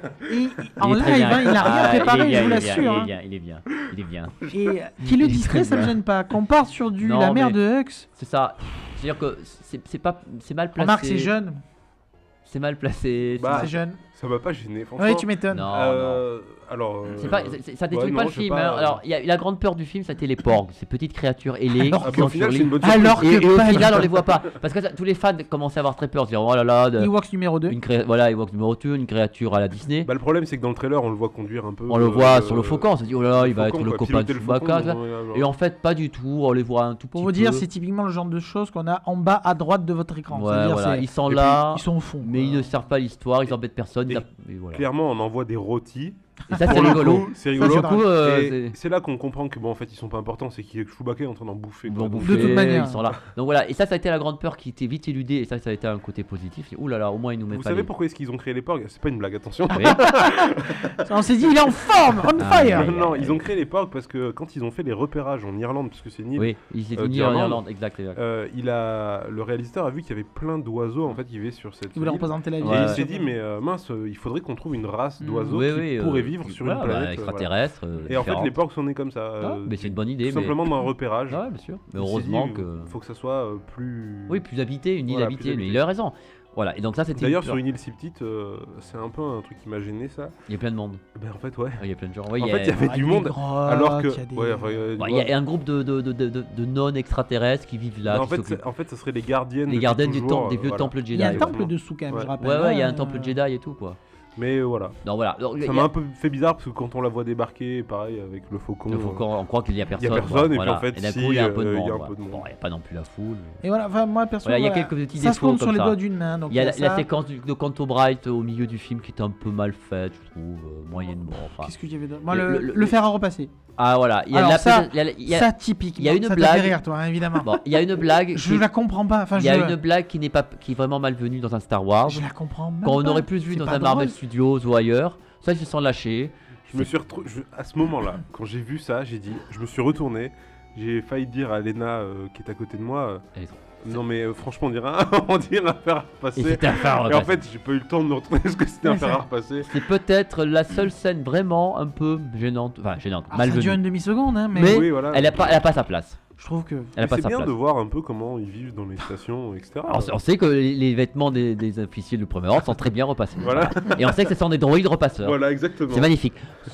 Et en Il est très live, bien. hein, il n'a rien Ah, préparé, il est je bien, vous il est l'assure. bien, hein. Il est bien, il est bien. Et qu'il le Il est distrait, très ça me bien. gêne pas. Qu'on parte sur Non, la mère mais- de Hux. C'est ça. C'est-à-dire que c'est mal placé. Remarque, c'est jeune. C'est mal placé. Bah, C'est jeune. Ça m'a pas gêné franchement. Oui, tu m'étonnes. Non, Alors. ça détruit ouais, pas non, le je sais film. pas, hein. Alors, la grande peur du film, c'était les porgs, ces petites créatures ailées Alors qui puis au sont final, sur c'est une l'île. bonne surprise. Alors que Et au pas final, du on tout. les voit pas. Parce que tous les fans commençaient à avoir très peur. Se dire, oh là là, Ewoks numéro 2. voilà, Ewoks numéro 2, une créature à la Disney. Bah, le problème, c'est que dans le trailer, on le voit conduire un peu. On le voit sur le faucon, on se dit, oh là là, il va être faucon, le quoi, copain de piloter le Chewbacca. faucon, tu vois. genre. Et en fait, pas du tout. On les voit un tout petit Pour peu. vous dire, c'est typiquement le genre de choses qu'on a en bas à droite de votre écran. Ouais, C'est-à-dire, voilà. c'est- Ils sont Et là, ils sont au fond. mais quoi. ils ne servent pas l'histoire, ils embêtent personne. Et Et voilà. Clairement, on envoie des rôtis. Et ça, c'est Pour le rigolo. coup, c'est Ça, rigolo. c'est Du coup, Et c'est là qu'on comprend que bon en fait ils sont pas importants, c'est que Chewbacca est en train d'en bouffer. ils quoi. vont Donc, bouffer, toute manière. ils sont là. Donc voilà, et ça a été la grande peur qui était vite éludée, et ça a été un côté positif. Ouh là là, au moins ils nous mettent Vous pas savez les- pourquoi est-ce qu'ils ont créé les porgs? C'est pas une blague, attention. Oui. On s'est dit, il est en forme, on Ah, fire. mais- Non, ils ont créé les porgs parce que quand ils ont fait les repérages en Irlande, parce que c'est une île, Oui, ils étaient unis d'Irlande. en Irlande, exact. le réalisateur a vu qu'il y avait plein d'oiseaux en fait qui vivaient sur cette Il voulait île. représenter la vie. Et Ouais. il s'est dit mais mince, il faudrait qu'on trouve une race d'oiseaux Oui, qui oui, pourrait vivre sur voilà, une planète extraterrestre. Et en fait, différente. les Porgs sont nés comme ça. Mais c'est une bonne idée. Tout simplement dans un repérage. Ouais, bien sûr. Mais Il s'est heureusement dit, que. faut que ça soit plus. Oui, plus habité, une île Voilà, plus habitée. Mais habité. il a raison. Voilà. Et donc ça, c'était. D'ailleurs, sur une île si petite, c'est un peu un truc qui m'a gêné, ça. Il y a plein de monde. Ben, en fait, ouais. Il y a plein de gens. Ouais, En fait, il y avait Ah, du des monde. grottes, Alors que. il y a des- Ouais, enfin, Il y a un groupe de non-extraterrestres qui vivent là. Non, en qui fait, s'occupent- en fait, ça serait les gardiennes. les depuis gardiens du toujours, temple, des vieux voilà. temples Jedi. Il y a un ouais. temple dessous quand même, Ouais. je rappelle. Ouais, il y a un hein, temple Jedi et tout, quoi. Mais voilà. Non, voilà. Donc, il y Ça a- m'a un peu fait bizarre parce que quand on la voit débarquer, pareil, avec le faucon. Le faucon, on croit qu'il y a personne. personne, et puis voilà. en fait, et d'un si, coup, il y a un peu de il y a monde. un voilà. peu de monde. Bon, il n'y a pas non plus la foule. mais- Et voilà, enfin, moi perso, Voilà, il y a voilà, quelques petits ça se défauts compte sur comme les ça. doigts d'une main. Donc Il y a la ça. séquence de Canto Bright au milieu du film qui est un peu mal faite, je trouve, moyennement. Enfin. Qu'est-ce que j'avais d'autre Moi, Le- le le- fer à repasser. Ah voilà, il y a Alors, la ça- il y a- il y a- Ça, typique. il y a une ça te blague. fait rire, toi, hein, évidemment. bon, il y a une blague. Je qui- la comprends pas. Enfin, il y a une blague qui n'est pas, qui est vraiment malvenue dans un Star Wars. Je la comprends même Quand on pas. aurait plus vu C'est dans pas un Marvel drôle. Studios ou ailleurs, ça ils se sont lâchés. Je me suis à ce moment-là, quand j'ai vu ça, je me suis retourné, j'ai failli dire à Lena qui est à côté de moi, Elle est trop- non mais franchement on dirait un fer à Et repasser. c'était un fer à Et en repasser. fait, j'ai pas eu le temps de me retourner parce que c'était un fer à repasser. C'est peut-être la seule scène vraiment un peu gênante, enfin gênante, Ah, ça dure malvenue. une demi-seconde, hein, mais, Mais Oui, voilà. Elle a pas sa place. je trouve que. Elle a Mais pas c'est sa bien place. de voir un peu comment ils vivent dans les stations, etc. On sait que les vêtements des officiers du premier ordre sont très bien repassés. Voilà. Et on sait que ce sont des droïdes repasseurs. Voilà, exactement. C'est magnifique.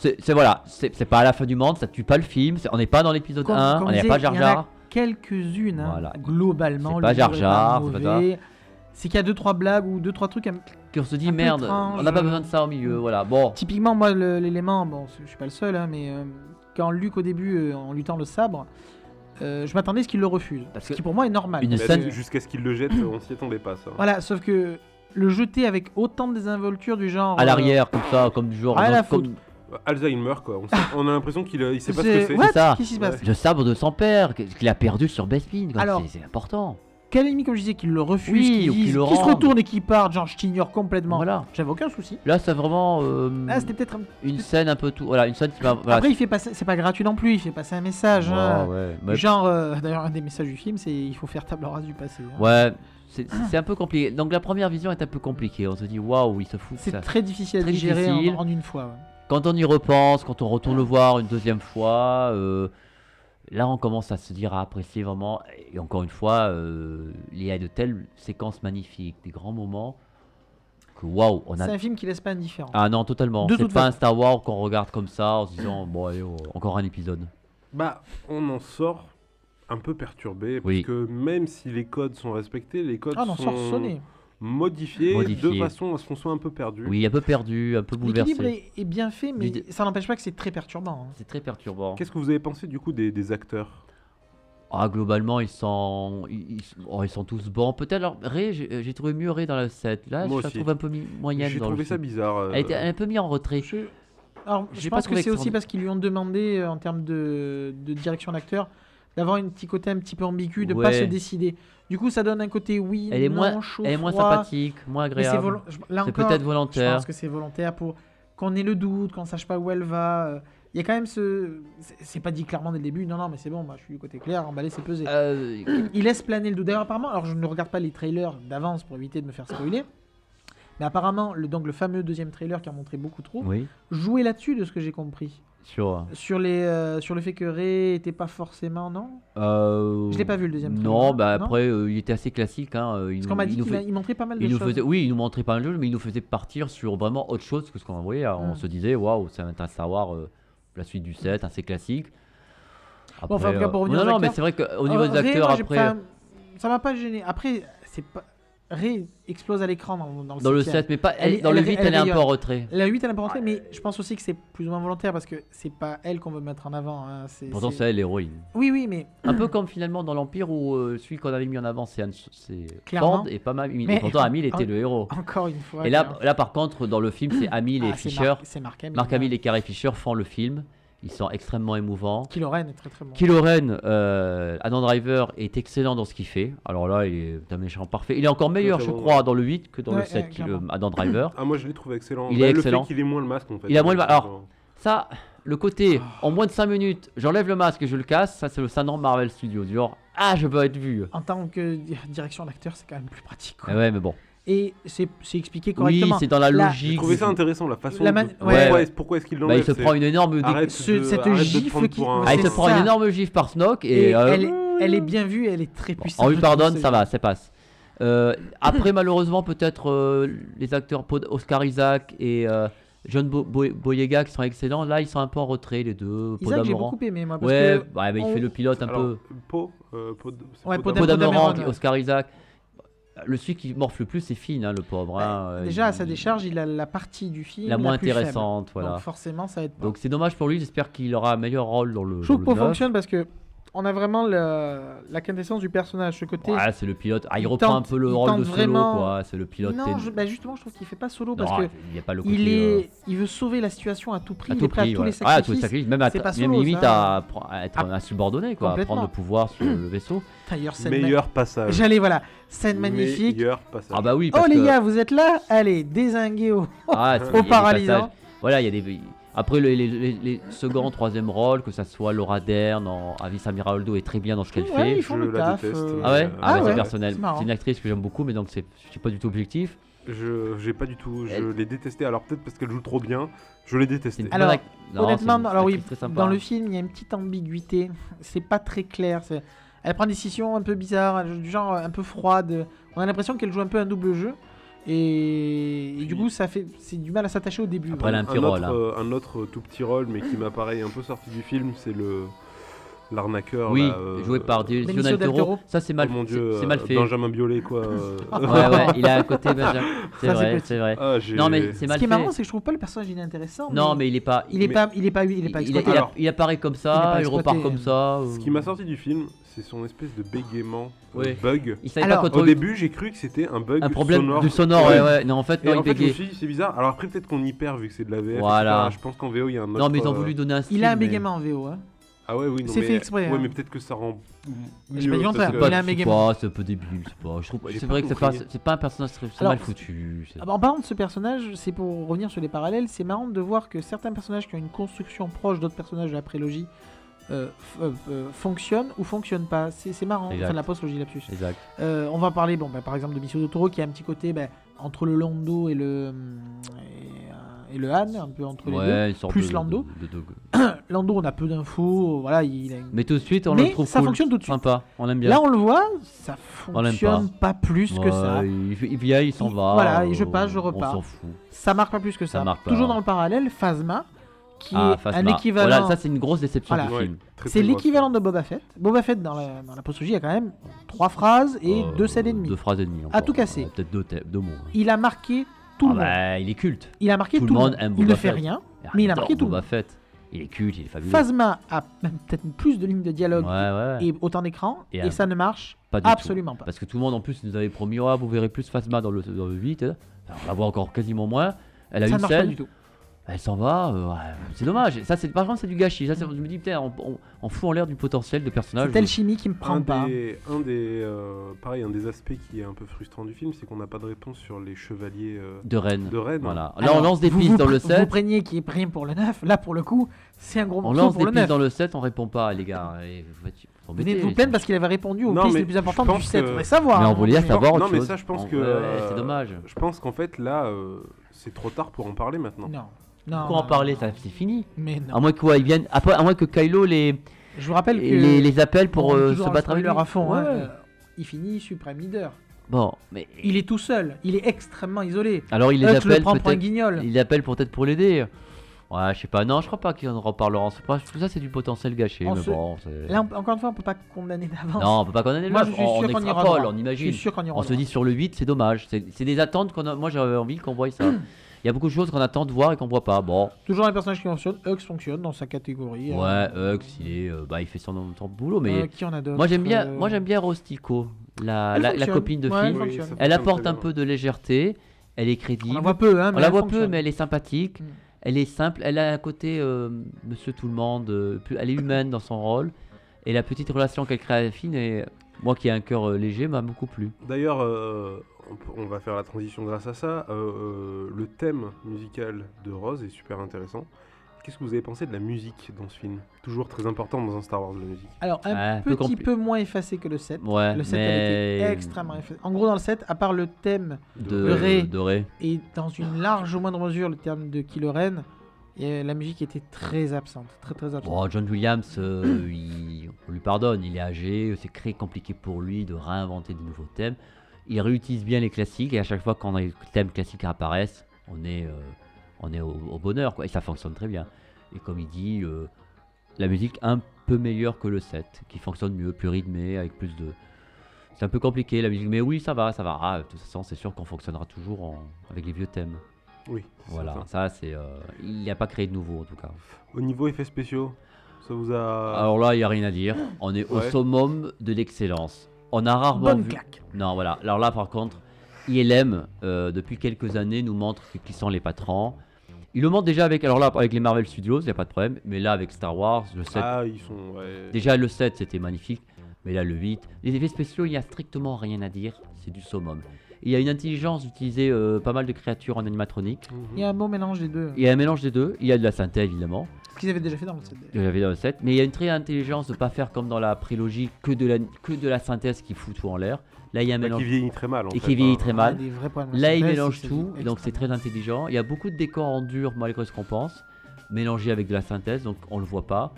C'est pas à la fin du monde, ça tue pas le film. On n'est pas dans l'épisode 1, on n'est disait, pas Jar il y en a Jar. quelques-unes, hein, Voilà. globalement. C'est pas le Jar livre est Jar, pas c'est pas mauvais. C'est qu'il y a 2-3 blagues ou 2-3 trucs. Qu'on se dit un peu merde, étrange. on n'a pas besoin de ça au milieu. Voilà, bon. Typiquement, moi, l'élément, bon, je suis pas le seul, hein, mais quand Luke, au début, en lui tend le sabre, je m'attendais à ce qu'il le refuse. Parce Ce que qui pour moi est normal. une Mais scène- jusqu'à ce qu'ils le jettent, on s'y attendait pas, ça. Voilà, sauf que le jeter avec autant de désinvolture du genre. À l'arrière, comme ça, comme du genre. Ah, la comme- faute. Alzheimer, quoi. On a l'impression qu'il il sait pas ce que c'est. What C'est ça. Qu'est-ce qui se passe Le sabre de son père, qu'il a perdu sur Bespin. Alors- C'est important. Quel ennemi, comme je disais, qu'il le refuse, Oui, qu'il ou qu'il dise, le qu'il se rende. retourne et qu'il parte, genre je t'ignore complètement. Voilà. J'avais aucun souci. Là, c'est vraiment Là, c'était peut-être. une scène un peu tout. Voilà, une scène qui va. Voilà. Après, il fait passer. C'est pas gratuit non plus, il fait passer un message. Ouais, hein. ouais. Du Mais- genre, d'ailleurs, un des messages du film, c'est il faut faire table rase du passé. hein. Ouais, c'est un peu compliqué. Donc la première vision est un peu compliquée. On se dit waouh, il se fout de C'est ça. très difficile à Très digérer en- difficile. En, une fois. ouais. Quand on y repense, quand on retourne le voir une deuxième fois, là on commence à se dire, à apprécier vraiment. Et encore une fois, il y a de telles séquences magnifiques, des grands moments que waouh, on C'est a. un film qui laisse pas indifférent. Ah non, totalement. De C'est toute pas un façon. Star Wars qu'on regarde comme ça en se disant bon allez, encore un épisode. Bah, on en sort un peu perturbé, parce Oui. que même si les codes sont respectés, les codes Ah non, sont sort sonné. modifiés de Modifiés. façon à ce qu'on soit un peu perdu. Oui, un peu perdu, un peu L'équilibre bouleversé. est bien fait, mais Du- ça n'empêche pas que c'est très perturbant. hein. C'est très perturbant. Qu'est-ce que vous avez pensé du coup des acteurs? Ah, globalement, ils sont tous bons. Peut-être, alors, Ray, j'ai trouvé mieux Ray dans la 7. Là, Moi je la aussi. trouve un peu moyenne J'ai dans trouvé le ça film. bizarre. Elle était un peu mise en retrait. Alors, J'ai je pas pense que trouvé c'est aussi extraordinaire. parce qu'ils lui ont demandé, en termes de direction d'acteur, d'avoir un petit côté un petit peu ambigu, de pas Ouais. se décider. Du coup, ça donne un côté oui, Elle est non, moins, chaud, elle est moins froid. sympathique, moins Mais c'est agréable. là C'est encore, peut-être je volontaire. pense que c'est volontaire pour qu'on ait le doute, qu'on sache pas où elle va. Il y a quand même ce. C'est pas dit clairement dès le début, non, non, mais c'est bon, moi, je suis du côté clair, emballé, c'est pesé. Il laisse planer le doute. D'ailleurs, apparemment, alors je ne regarde pas les trailers d'avance pour éviter de me faire spoiler, mais apparemment, donc, le fameux deuxième trailer qui a montré beaucoup trop, Oui, jouait là-dessus de ce que j'ai compris. sur. Sur le fait que Ray était pas forcément, non Je l'ai pas vu le deuxième trailer. Non, bah non après, il était assez classique. Hein. Parce qu'on m'a dit qu'il montrait pas mal de il nous choses. faisait, oui, il nous montrait pas mal de choses, mais il nous faisait partir sur vraiment autre chose que ce qu'on voyait. On se disait, waouh, ça va être un Star Wars, la suite du 7, assez classique. Après, Bon, enfin, en tout cas, pour revenir non, aux non, mais acteurs, c'est vrai qu'au niveau des Ray, acteurs, moi, j'ai après. pas- ça m'a pas gêné. Après, c'est pas. Ray explose à l'écran dans le Dans le 7e. 7, mais pas, Elle est- dans le elle- 8, elle elle est un peu rayonne. en retrait. La 8, elle est pas rentrée, mais je pense aussi que c'est plus ou moins volontaire parce que c'est pas elle qu'on veut mettre en avant. hein. Pourtant, c'est elle l'héroïne. Oui, oui, mais. Un peu comme finalement dans l'Empire où celui qu'on avait mis en avant, c'est Clairement. Ford et pas Hamill. Mais- Et pourtant, Hamill était le héros. Encore une fois. Et là, clairement. là, par contre, dans le film, c'est Hamill et Ah, c'est Fisher. C'est Mark Hamill. Mark Hamill et Carrie Fisher font le film. Ils sont extrêmement émouvants. Kylo Ren est très très bon. Kylo Ren, Adam Driver est excellent dans ce qu'il fait. Alors là, il est un méchant parfait. Il est encore meilleur, Très je bon, crois, ouais. dans le 8 que dans le Ouais, 7, clairement. Adam Driver. Ah, moi je l'ai trouvé excellent. Il est Le excellent. fait qu'il ait moins le masque en fait. Il a moins le masque. Alors, ça, le côté, en moins de 5 minutes, j'enlève le masque et je le casse, ça c'est le syndrome Marvel Studios. Du genre, ah, je veux être vu. En tant que direction d'acteur, c'est quand même plus pratique. quoi. Ah ouais, mais bon. Et c'est expliqué Oui, correctement. c'est dans la La- J'ai logique. trouvé ça intéressant, la façon La dont- man- pourquoi, ouais. est-ce, pourquoi est-ce qu'il Bah, l'enlève. il se prend une énorme. cette arrête de te gifle prendre qui- pour un- Ah, il se c'est prend ça. une énorme gifle par Snoke et. Et elle est bien vue, elle est très puissante. On lui je trouve, pardonne, ce ça jeu. va, ça passe. Après, malheureusement, peut-être les acteurs Oscar Isaac et John Boyega qui sont excellents. Là, ils sont un peu en retrait, les deux. Poe Isaac, j'ai Dameron. beaucoup aimé, moi. Parce Ouais, que ouais, mais il on- fait le pilote un Alors, peu. Poe, Ouais, Poe Poe Dameron, Dameron, ouais. Oscar Isaac. Le celui qui morfle le plus, c'est Finn, hein, le pauvre. hein. Déjà, à sa Il- décharge, il a la partie du film la moins plus faible. intéressante, voilà. Donc forcément, ça aide pas. Donc c'est dommage pour lui. J'espère qu'il aura un meilleur rôle dans le. Je trouve dans que le Poe neuf. fonctionne parce que on a vraiment la quintessence du personnage, ce côté. Ouais, c'est le pilote. Ah, il il reprend tente- un peu le il rôle tente de Solo, vraiment- quoi. C'est le pilote. Non, justement, je trouve qu'il fait pas solo Non, parce que il n'y a pas le côté. il veut sauver la situation à tout prix. à Il tout est prêt à prix, tous ouais. les Ah, à tous les sacrifices. sacrifices, même, C'est pas même solo, limite ça. à être un subordonné, quoi, à Complètement. prendre le pouvoir sur le vaisseau. D'ailleurs, scène Meilleur passage. J'allais, voilà, scène magnifique. Meilleur passage. Ah bah oui, Oh parce les que... gars, vous êtes là? Allez, dézinguez au. Ah, il y a des paralysant. passages. Voilà, il y a des... Après, les second, troisième rôles, que ça soit Laura Dern, Avis Amiraldo est très bien dans ce qu'elle Ouais, fait. ils font Je le la taf. déteste. Ah ouais, Ah c'est ouais, personnel. c'est marrant. C'est une actrice que j'aime beaucoup, mais donc je suis pas du tout objectif. J'ai pas du tout. Je Elle- l'ai détesté. Alors peut-être parce qu'elle joue trop bien. Je l'ai C'est détesté. une Alors, bonne Non, Honnêtement, c'est une alors oui, actrice très sympa. dans le film, il y a une petite ambiguïté. C'est pas très clair. Elle prend des décisions un peu bizarres, du genre un peu froide. On a l'impression qu'elle joue un peu un double jeu. Et du coup, c'est du mal à s'attacher au début. Après, elle a un petit un, rôle, autre, un autre tout petit rôle, mais qui m'apparaît un peu sorti du film, c'est l'arnaqueur. Oui, là, joué par Benicio Del del Toro. Toro. Ça, c'est mal, oh mon Dieu, c'est mal fait. Benjamin Biolay, quoi. Ouais, ouais, il a un côté Benjamin. C'est Ça, c'est vrai, petit. c'est vrai. Ah, Non, mais c'est Ce mal qui est fait. marrant, c'est que je trouve pas le personnage inintéressant. Non, mais il est pas. il est mais- pas exploité. Alors, il apparaît comme il est ça, pas il repart exploité. comme ça. Ce qui m'a sorti du film, c'est son espèce de bégaiement, Oui. bug. Il savait Alors, pas Au contrôler début, j'ai cru que c'était un bug un problème sonore. du sonore. Ouais, ouais. Non, en fait, Et non, en il fait, je me bégayait. suis dit, c'est bizarre. Alors après, peut-être qu'on y perd vu que c'est de la VF. Voilà. etc. Je pense qu'en VO, il y a un autre. Non, mais ils ont voulu donner un style. Il a un mais- bégaiement en VO. Hein. Ah ouais, oui, non, C'est mais... fait exprès, Ouais, hein. mais peut-être que ça rend mieux. J'ai pas dit parce contraire, que- mais il a un bégaiement. C'est un peu débile, c'est pas. Je trouve. J'ai C'est pas vrai que compris. c'est pas un personnage très c'est Alors, mal foutu. c'est- Ah bah, en parlant de ce personnage, c'est pour revenir sur les parallèles, c'est marrant de voir que certains personnages qui ont une construction proche d'autres personnages de la prélogie fonctionnent ou fonctionnent pas. C'est marrant, Exact. enfin de la postlogie là-dessus. Exact. On va parler, par exemple, de Benicio del Toro qui a un petit côté entre le Lando et le Han, un peu entre les deux. Ouais, une sorte plus de- Lando. de- Lando, on a peu d'infos, voilà, il a une- Mais tout de suite, on Mais le trouve ça cool, fonctionne tout de suite. Sympa, on l'aime bien. Là, on le voit, ça On l'aime fonctionne pas plus que Ouais, ça. Il vient, il s'en va. Voilà, et je passe, je repars. On s'en fout. Ça marque pas plus que ça. Ça marque pas. Toujours dans le parallèle, Phasma, qui Ah, est Phasma. un équivalent. Voilà, ça c'est une grosse déception Voilà. du Ouais, film. très, C'est très l'équivalent de Boba Fett. Boba Fett, dans la postlogie, il y a quand même 3 phrases et 2 scènes et demie. 2 phrases et demie. À tout casser. Peut-être 2 mots. Il a marqué tout le monde. Bah, il est culte. Il a marqué tout tout le le monde monde. aime Il ne Boba fait Fett. rien. Mais il a marqué tout le Boba monde. Fett. Il est culte, il est fabuleux. Phasma a même peut-être plus de lignes de dialogue Ouais, ouais. et autant d'écran, Et, et ça ne marche Pas du absolument tout. pas. Parce que tout le monde en plus nous avait promis, oh, vous verrez plus Phasma dans le 8. Alors, on la voit encore quasiment moins. Elle a Ça une ne marche pas scène, du tout. elle s'en va. Ouais, c'est dommage. Ça, par contre, c'est du gâchis. Ça, je me dis, putain, on fout en l'air du potentiel de personnage. C'est telle chimie qui me prend Un pas. un des aspects qui est un peu frustrant du film, c'est qu'on n'a pas de réponse sur les chevaliers de Rennes. de Rennes. Voilà. Là, Alors, on lance des vous pistes vous dans le Vous 7. preniez qui est pris pour le 9. Là, pour le coup, c'est un gros On morceau lance pour des le pistes 9. dans le 7, on répond pas, les gars. Et vous Venez de vous plaindre parce qu'il avait répondu aux Non, pistes mais les plus importantes je du pense 7. que- Faudrait savoir. Mais on hein, voulait mais- savoir autre Non, mais chose. ça, je pense On- que, ouais, c'est dommage. Je pense qu'en fait, là, c'est trop tard pour en parler maintenant. Non. Non. Pourquoi en parler ça, c'est fini. Mais non. À moins que, ouais, ils viennent. Après, à moins que Kylo Je vous rappelle que. les appelle pour on est se toujours battre dans le avec lui. spoiler à fond. hein. Ouais. Il finit Supreme Leader. Bon, mais. Il est tout seul. Il est extrêmement isolé. Alors il les Hux le appelle prend pour un peut-être. guignol. Il l'appelle peut-être pour l'aider. Ouais, je sais pas. Non, je crois pas qu'ils en reparleront. Tout ça, c'est du potentiel gâché. On Mais se- bon, c'est- Là, encore une fois, on peut pas condamner d'avance. Non, on peut pas condamner le Moi, neuf. je suis On sûr qu'on ira extrapole, droit. on Je imagine. suis sûr qu'on ira On se droit. dit sur le 8, c'est dommage. C'est des attentes qu'on a. Moi, j'avais envie qu'on voie ça. Il y a beaucoup de choses qu'on attend de voir et qu'on voit pas. Bon, Toujours les personnages qui fonctionnent. Hux fonctionne dans sa catégorie. ouais, Hux, il fait son boulot, mais Qui en a d'autres moi j'aime bien Rostico, la Elle fonctionne. copine de Ouais, elle Finn. fonctionne. ça Elle fonctionne apporte très un bien. peu de légèreté. Elle est On crédible. la voit peu, hein, On mais la elle voit peu, fonctionne. mais elle est sympathique. Mm. Elle est simple. Elle a un côté Monsieur Tout le Monde. Elle est humaine dans son rôle. Et la petite relation qu'elle crée avec Finn, et moi qui ai un cœur léger, m'a beaucoup plu. D'ailleurs, on va faire la transition grâce à ça. Le thème musical de Rose est super intéressant. Qu'est-ce que vous avez pensé de la musique dans ce film? Toujours très important dans un Star Wars, la musique. Alors, Ouais, un un peu petit compli- peu moins effacé que le 7. Ouais, Le 7 avait été mais extrêmement effacé. En gros, dans le 7, à part le thème de Rey. Rey. et dans une large moindre mesure le thème de Kylo Ren, la musique était très absente. Très très absente. Bon, John Williams, on lui pardonne, il est âgé, c'est très compliqué pour lui de réinventer de nouveaux thèmes. Il réutilise bien les classiques et à chaque fois quand les thèmes classiques apparaissent, on est au bonheur, quoi, et ça fonctionne très bien. Et comme il dit, la musique un peu meilleure que le 7, qui fonctionne mieux, plus rythmé, avec plus de... C'est un peu compliqué la musique, mais oui, ça va. Ah, de toute façon, c'est sûr qu'on fonctionnera toujours avec les vieux thèmes. Oui. Voilà, certain. ça c'est... il n'a pas créé de nouveau en tout cas. Au niveau effets spéciaux, ça vous a... Alors là, il n'y a rien à dire. On est au Ouais. summum de l'excellence. On a rarement Bonne vu... claque. Non, voilà. Alors là, par contre, ILM, depuis quelques années, nous montre qui sont les patrons. Il le montre déjà avec... Alors là, avec les Marvel Studios, il n'y a pas de problème. Mais là, avec Star Wars, le 7... Ah, ils sont... Ouais. Déjà, le 7, c'était magnifique. Mais là, le 8... Les effets spéciaux, il n'y a strictement rien à dire. C'est du summum. Il y a une intelligence d'utiliser pas mal de créatures en animatronique. Mhm. Il y a un bon mélange des deux. Il y a un mélange des deux. Il y a de la synthèse, évidemment. Ce qu'ils avaient déjà fait dans le 7. Que j'avais dans le 7, mais il y a une très intelligence de ne pas faire comme dans la prélogie que de la synthèse qui fout tout en l'air. Là, il y a un Bah, mélange qui vieillit très mal, en et fait, qui vieillit hein. très mal. Des vrais problèmes de Là, il synthèse, mélange c'est tout, et donc c'est extrêmement- très intelligent. Il y a beaucoup de décors en dur, malgré ce qu'on pense, mélangés avec de la synthèse, donc on le voit pas.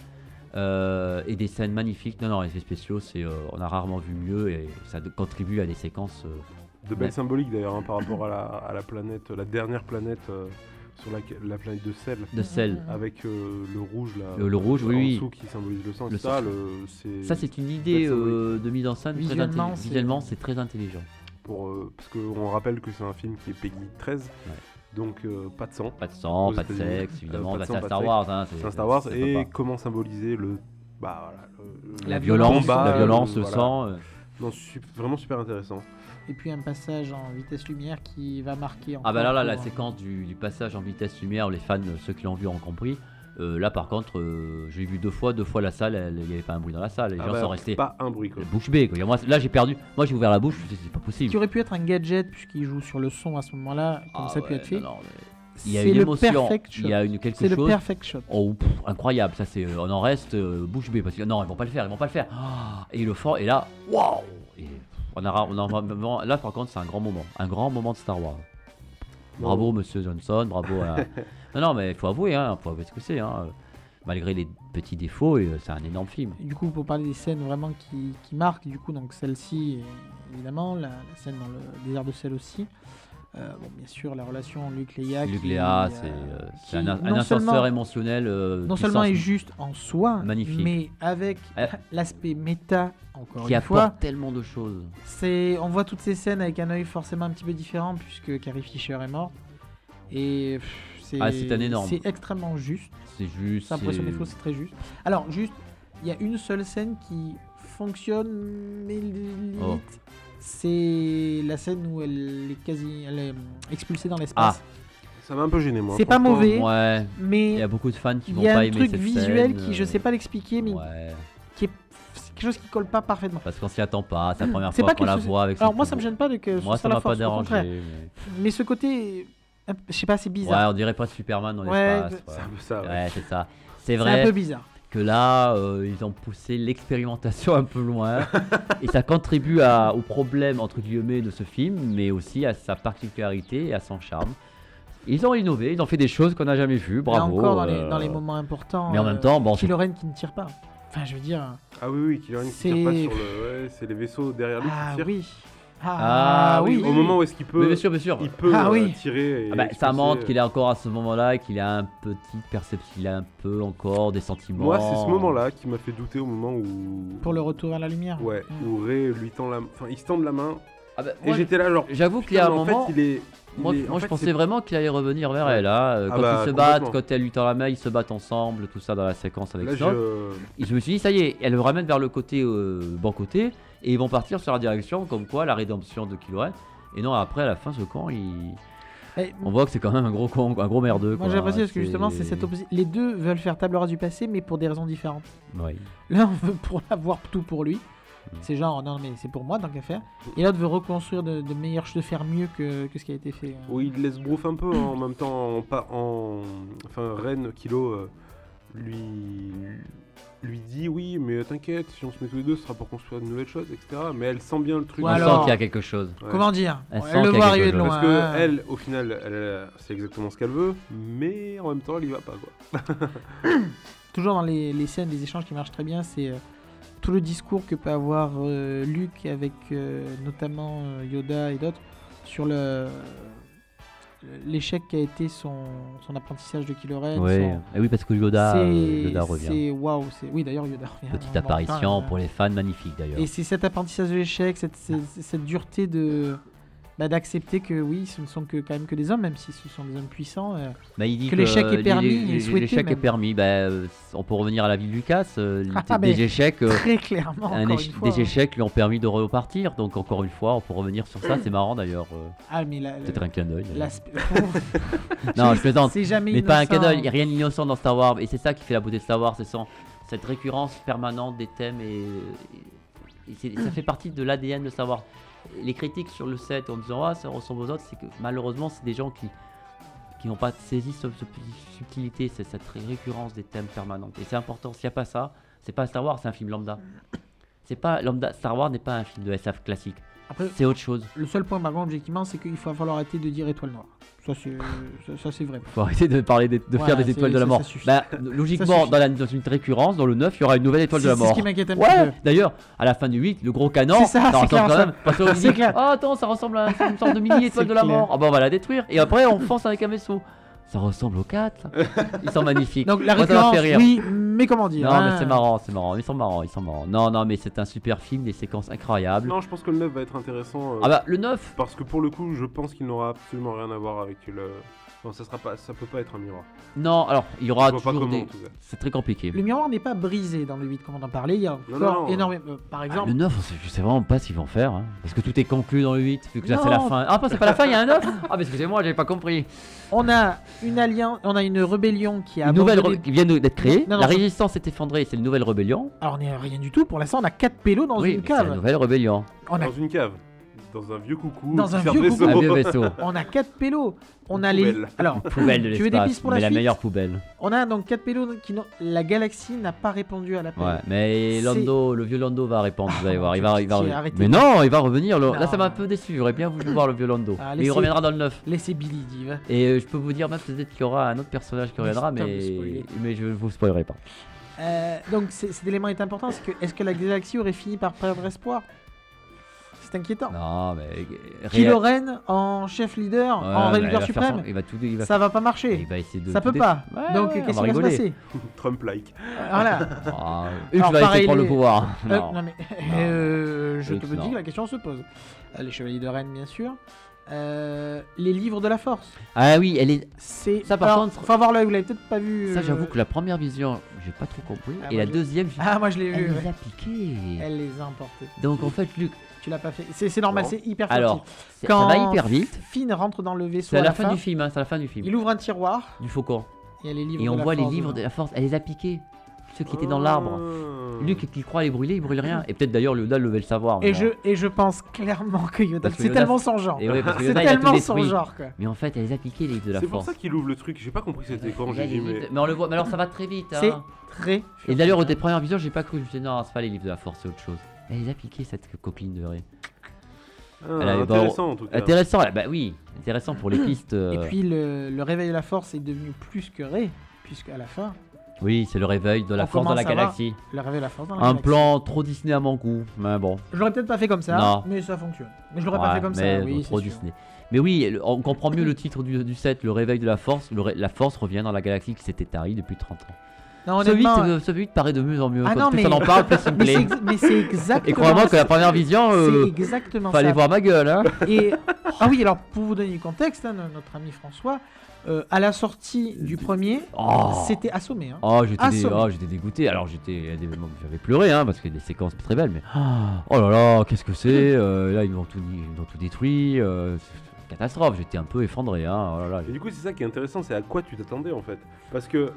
Et des scènes magnifiques. Non, les effets spéciaux, on a rarement vu mieux, et ça contribue à des séquences. De belles Ouais. symboliques d'ailleurs, hein, par rapport à la planète, la dernière planète sur la planète de sel, de sel. avec le rouge là, Le rouge, en oui, oui. dessous qui symbolise le sang. Le Ça, sang. Ça, c'est une idée belle symbolique. de mise en scène. Très Visuellement, intelli- c'est- Visuellement, c'est très intelligent. parce qu'on rappelle que c'est un film qui est Peggy 13, Ouais. donc pas de sang. Pas de sang, Aux pas de États-Unis. sexe, évidemment. Pas de Bah, sang, c'est un pas de Star sexe. Wars. Hein, C'est un Star Wars, ça peut et pas. comment symboliser La violence, combat, la violence, le voilà. sang. Non, vraiment super intéressant. Et puis un passage en vitesse lumière qui va marquer. Ah bah là, encore la pour- séquence du passage en vitesse lumière, les fans, ceux qui l'ont vu ont compris. Là par contre, j'ai vu deux fois la salle, il n'y avait pas un bruit dans la salle, les Ah gens bah, sont restés pas un bruit quoi. bouche bée. Quoi. Moi, là j'ai perdu, moi j'ai ouvert la bouche, je me suis dit, c'est pas Ce possible. qui aurait pu être un gadget puisqu'il joue sur le son à ce moment-là, comme Ah ça a pu ouais, être fait. non, mais il y a C'est une le émotion, perfect shot. il y a quelque C'est le chose. perfect shot. Oh, incroyable, ça c'est, on en reste bouche bée parce que non, ils vont pas le faire. Ah, et le fort, et là, waouh. Et on en vraiment, là par contre c'est un grand moment de Star Wars. Bravo Monsieur Johnson, bravo à... non mais il faut avouer ce que c'est, hein. Malgré les petits défauts, c'est un énorme film. Du coup, pour parler des scènes vraiment qui marquent, du coup, donc celle-ci, évidemment, la scène dans le désert de sel aussi. Bon, bien sûr, la relation Luke-Léa. Luke qui, Léa, c'est qui un non ascenseur seulement- émotionnel. Non seulement est juste en soi, Magnifique. mais avec Euh, l'aspect méta, encore qui une fois. apporte tellement de choses. On voit toutes ces scènes avec un œil forcément un petit peu différent puisque Carrie Fisher est morte. Et c'est un énorme. c'est extrêmement juste. C'est juste. C'est impressionnant, c'est très juste. Alors, juste, il y a une seule scène qui fonctionne, mais limite. Oh. C'est la scène où elle est expulsée dans l'espace. Ça m'a un peu gêné moi. C'est pas franchement. mauvais, Ouais, il mais y a beaucoup de fans qui il vont y a pas un aimer truc cette visuel scène, qui, je sais pas l'expliquer, mais Ouais, qui est c'est quelque chose qui colle pas parfaitement. parce qu'on s'y attend pas, c'est la première C'est fois pas qu'on la quelque chose- voit avec Alors son moi, ça me pouvoir. gêne pas de que ce Moi, soit ça la m'a pas force, au contraire. dérangé. Mais ce côté, je sais pas, c'est Ouais, bizarre. on dirait pas Superman dans Ouais, l'espace. C'est un peu ça. Ouais. Ouais, c'est ça. C'est C'est un vrai peu bizarre. que là, ils ont poussé l'expérimentation un peu loin. Et ça contribue au problème, entre guillemets, de ce film, mais aussi à sa particularité et à son charme. Ils ont innové, ils ont fait des choses qu'on n'a jamais vues, Là bravo. encore, dans les moments importants. Mais en même temps, bon, Kylo Ren qui ne tire pas. Enfin, je veux dire. Ah oui, Kylo Ren qui C'est- tire pas sur le. Ouais, c'est les vaisseaux derrière lui Ah qui tirent. oui. Ah oui, Au moment où est-ce qu'il peut, Mais bien sûr, bien sûr. il peut Ah oui. tirer. Et Ah bah, ça expulser. montre qu'il est encore à ce moment-là et qu'il a un petit perception, il a un peu encore des sentiments. Moi, c'est ce moment-là qui m'a fait douter au moment où. Pour le retour à la lumière. Ouais, Mm. où Rey lui tend la. Enfin, il se tend de la main. Ah bah, Et moi, j'étais là, genre. j'avoue qu'il y putain, a un mais en moment. fait, il est. Moi, en je fait, pensais c'est- vraiment qu'il allait revenir vers elle. Là. Ah Quand bah, ils se battent, complètement. quand elle lui tend la main, ils se battent ensemble, tout ça dans la séquence avec Là, Snoke. je. Et je me suis dit, ça y est, elle le ramène vers le côté bon côté, et ils vont partir sur la direction, comme quoi la rédemption de Kylo Ren. Et non, après, à la fin, ce camp, Eh, on voit que c'est quand même un gros con, un gros merdeux. moi, j'ai apprécié parce que justement, c'est cette les deux veulent faire table rase du passé, mais pour des raisons différentes. Oui. L'un veut pour avoir tout pour lui, C'est genre, non mais c'est pour moi tant qu'à faire. Et l'autre veut reconstruire de meilleures choses, de faire mieux que ce qui a été fait. Oui, il laisse brouf un peu hein, en même temps. Enfin, Ren, Kilo, lui dit oui, mais t'inquiète, si on se met tous les deux, ce sera pour construire de nouvelles choses, etc. Mais elle sent bien le truc. Ou On alors- sent qu'il y a quelque chose. Ouais. Comment dire Elle sent Elle le qu'il y a voit quelque arriver de chose. loin. Parce que hein. elle, au final, elle c'est exactement ce qu'elle veut, mais en même temps, elle y va pas quoi. Toujours dans les scènes, les échanges qui marchent très bien, c'est tout le discours que peut avoir Luke avec notamment Yoda et d'autres sur l'échec qu'a été son apprentissage de Kylo Ren. Et oui, parce que Yoda revient. C'est waouh, oui d'ailleurs Yoda revient. Petite Bon, apparition putain, pour les fans, magnifique d'ailleurs. Et c'est cet apprentissage de l'échec, cette dureté d'accepter que oui, ce ne sont quand même que des hommes, même si ce sont des hommes puissants. Bah, il dit que l'échec est permis et souhaité l'échec est même. permis. On peut revenir à la vie de Lucas. Ah, mais des échecs. Très clairement, encore une fois. Des échecs lui ont permis de repartir. Donc encore une fois, on peut revenir sur ça. C'est marrant d'ailleurs. Ah mais Peut-être un clin d'œil. Non, je plaisante. C'est jamais Mais pas un innocent. clin d'œil. Il n'y a rien d'innocent dans Star Wars. Et c'est ça qui fait la beauté de Star Wars. C'est cette récurrence permanente des thèmes. Ça fait partie de l'ADN de Star Wars. Les critiques sur le set en disant ça ressemble aux autres, c'est que malheureusement c'est des gens qui n'ont pas saisi cette subtilité, cette récurrence des thèmes permanents. Et c'est important, s'il n'y a pas ça, c'est pas Star Wars, c'est un film lambda. C'est pas lambda. Star Wars n'est pas un film de SF classique. Après, C'est autre chose. le seul point, par contre, objectivement, c'est qu'il va falloir arrêter de dire étoile noire. Ça, c'est vrai. Faut arrêter de parler de faire des étoiles de la mort. Ça suffit. Logiquement, suffit. dans une récurrence, dans le 9, il y aura une nouvelle étoile de la C'est mort. ce qui m'inquiète un petit Ouais, peu. d'ailleurs, à la fin du 8, le gros canon, C'est ça, c'est ressemble clair, quand ça. même. Parce qu'on C'est dit, clair. oh attends, ça ressemble à une sorte de mini étoile C'est de la clair. mort. Ah bah on va la détruire. Et après, on fonce avec un vaisseau. Ça ressemble aux 4. Ils sont magnifiques. Donc la Moi, ça m'a récurrence, fait rire. oui, mais comment dire Non, hein. mais c'est marrant. Ils sont marrants. Non, mais c'est un super film, des séquences incroyables. Non, je pense que le 9 va être intéressant. Ah bah, le 9, Parce que pour le coup, je pense qu'il n'aura absolument rien à voir avec le. Non, ça peut pas être un miroir. non, alors, il y aura Je vois pas toujours comment, des. en tout cas. C'est très compliqué. Le miroir n'est pas brisé dans le 8, comme on en parlait. Il y a Non, encore non. énormément. Par Ah, exemple, le 9, je sais vraiment pas ce qu'ils vont faire. Hein, parce que tout est conclu dans le 8, vu que là c'est la Non. fin. Ah, c'est pas la fin, il y a un 9. Ah, mais excusez-moi, j'avais pas compris. on a une alliance, on a une rébellion qui a Une nouvelle abandonné- qui vient d'être créée. Non, La c'est- résistance s'est effondrée, c'est une nouvelle rébellion. Alors on n'est rien du tout. Pour l'instant, on a 4 pélos dans Oui, une mais c'est la cave. nouvelle rébellion. On a Dans une cave. Dans un vieux coucou. Dans qui un sert vieux de coucou. vaisseau. Un vieux vaisseau. On a 4 pélos. On a Poubelle. les. Alors, Poubelle de Tu veux des l'espace, pistes pour la mais la suite meilleure poubelle. on a donc 4 pélos qui n'ont. La galaxie n'a pas répondu à l'appel. Ouais, mais C'est- Lando, le vieux Lando va répondre, vous allez Ah, voir. Il mon va, Dieu, il va Titi, revenir. arrêtez. Mais non, il va revenir. Là, Non. ça m'a un peu déçu. J'aurais bien voulu voir le vieux Lando. Ah, Mais il laissez- reviendra dans le 9. Laissez Billy dire. Et je peux vous dire même peut-être qu'il y aura un autre personnage qui reviendra, Stop de spoiler. mais je ne vous spoilerai pas. Donc cet élément est important, c'est que est-ce que la galaxie aurait fini par perdre espoir? C'est inquiétant. Non, mais. Kylo Ren en chef leader, Ouais, en mais leader il va faire suprême, il va tout. Il va, ça va pas il marcher. va essayer de. Ça tout peut pas. Ouais, Donc ouais, qu'est-ce on qui va va se rigoler. passer? Trump-like. Voilà. Ah, Alors, Hulk va essayer pareil, de prendre le les- pouvoir. Non. Non. Mais je Hulk, te dis non. que la question se pose. Les Chevaliers de Rennes, bien sûr. Les livres de la Force. Ah oui, elle est. C'est. Ça, par Alors, contre- faut avoir l'œil, vous l'avez peut-être pas vu. Ça, j'avoue que la première vision, j'ai pas trop compris. Ah, Et moi, la je- deuxième, Ah, moi je l'ai elle vu. les ouais. a piqués. Elle les a emportés. Donc en fait, Luc. Tu l'as pas fait. C'est normal, Non. c'est hyper furtif. Alors, ça Quand va hyper vite. Finn rentre dans le vaisseau C'est à la fin fin, du film, hein, c'est à la fin du film. il ouvre un tiroir Du faucon. et il y a les livres Et de on la voit les Force livres de dedans. la force, elle les a piqués. Ceux qui étaient dans l'arbre. Ah. Luc qui croit les brûler, il brûle rien. Et peut-être d'ailleurs Yoda devait le savoir. mais Et bon. je pense clairement que Yoda, Parce que c'est Yoda, tellement son genre. Et ouais, parce que C'est Yoda, il a tout tellement son détruit. genre quoi. Mais en fait, elle les a piqués les livres de la C'est pour force. ça qu'il ouvre le truc. J'ai pas compris c'était quand. Il y a J'ai dit, les mais. livres- mais on le voit. Mais alors ça va très vite. Hein. C'est très. Et d'ailleurs, au des premières visions, j'ai pas cru. Je me suis dit non, c'est pas les livres de la force, c'est autre chose. Elle les a piqués cette coquine de raie. Ah, Elle avait- intéressant en tout cas. Intéressant, bah oui, intéressant pour les pistes. Et puis le réveil de la Force est devenu plus que Rey, puisque à la fin, Oui, c'est le réveil de la On force dans la commence à voir galaxie. le réveil de la Force dans la Un galaxie. plan trop Disney à mon goût, mais bon. Je l'aurais peut-être pas fait comme ça, Non. mais ça fonctionne. Mais je l'aurais pas Ouais, fait comme mais ça, oui, trop c'est sûr. Disney. Mais oui, on comprend mieux le titre du set, le réveil de la force. La force revient dans la galaxie qui s'était tarie depuis 30 ans. Non, Ce 8, honnêtement, paraît de mieux en mieux. Ah Quand non, plus mais- on en parle, plus il me mais plaît. mais c'est exactement. Et crois-moi que la première vision, c'est exactement fallait ça. voir ma gueule. Hein. Et ah oui, alors pour vous donner du contexte, hein, notre ami François, à la sortie du premier, Oh. c'était assommé. Hein. Oh, Assommé. j'étais dégoûté. Alors, il y a des moments où j'avais pleuré, hein, parce qu'il y a des séquences très belles, mais. Oh là là, qu'est-ce que c'est là, ils m'ont tout détruit. C'est une catastrophe, j'étais un peu effondré. Hein. Oh là là. Et du coup, c'est ça qui est intéressant, c'est à quoi tu t'attendais en fait. Parce que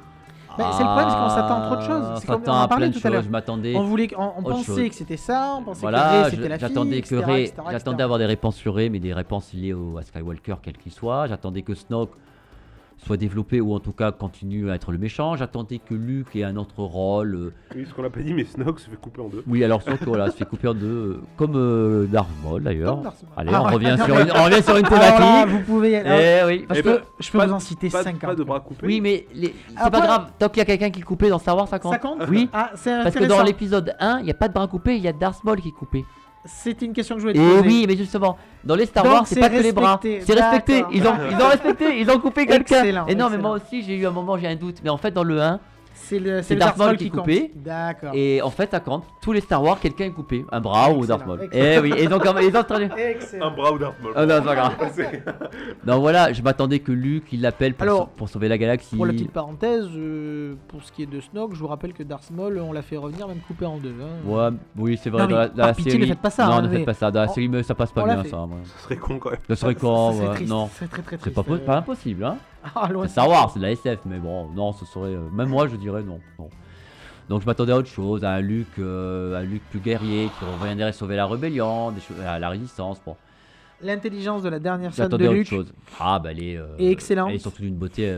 Bah, c'est le problème, c'est qu'on s'attend à trop de choses. On C'est comme s'attend on en à parlait plein de tout à l'heure. choses. Je m'attendais. On autre pensait chose. que c'était ça, on pensait que Voilà, Rey c'était la fille, j'attendais que etc., Rey, etc., j'attendais avoir des réponses sur Rey, mais des réponses liées à Skywalker, quel qu'il soit. J'attendais que Snoke soit développé ou en tout cas continue à être le méchant. J'attendais que Luke ait un autre rôle. Oui, ce qu'on n'a pas dit, mais Snoke se fait couper en deux. Oui, alors Snoke voilà, se fait couper en deux, comme Darth Maul d'ailleurs. Comme Darth Maul. Allez, Ah, on ouais. revient sur une Alors là, thématique. vous pouvez. Eh oui. Parce Eh que ben, je peux pas vous de- en citer Pas 50. de bras coupés. Oui, mais c'est Après- pas grave. Tant qu'il y a quelqu'un qui est coupé dans Star Wars, ça compte. Ça compte Oui. Ah, c'est Parce que intéressant. dans l'épisode 1, il n'y a pas de bras coupés, il y a Darth Maul qui est coupé. C'était une question que je voulais te Et poser. oui, mais justement, dans les Star Donc, Wars, c'est c'est pas que les bras. respecté. C'est respecté. D'accord. Ils ont respecté, ils ont coupé quelqu'un. Excellent, Et non, mais excellent. moi aussi, j'ai eu un moment, j'ai un doute. Mais en fait, dans le 1, C'est c'est le Darth Maul qui est compte. coupé. D'accord. et en fait, ça compte. Tous les Star Wars, quelqu'un est coupé. Un bras ou Excellent, Darth Maul. excellent. Eh oui, et donc, ils ont traduit. Un Excellent. bras ou Darth Maul. Oh non, c'est pas grave. C'est- Donc voilà, je m'attendais que Luke, il l'appelle pour, Alors, pour sauver la galaxie. Pour la petite parenthèse, pour ce qui est de Snoke, je vous rappelle que Darth Maul, on l'a fait revenir même coupé en deux. Hein. Ouais, oui, c'est vrai. Non, mais dans la par pitié, série. ne faites pas ça, Non, hein, ne mais faites pas ça. Dans la on- série, mais ça passe pas on l'a bien, fait. ça. Ouais. Ce serait con quand même. Ça serait Ça con, serait ouais, triste, non. ça serait très très C'est triste. pas impossible, hein. Ah, loin C'est Star Wars, c'est de la SF, mais bon, non, ce serait. Même moi, je dirais non. Donc je m'attendais à autre chose, à un Luke plus guerrier qui reviendrait sauver la rébellion, la résistance. Bon, L'intelligence de la dernière scène j'attendais de autre Luke chose. Ah, bah elle est. est excellente. Elle est surtout d'une beauté.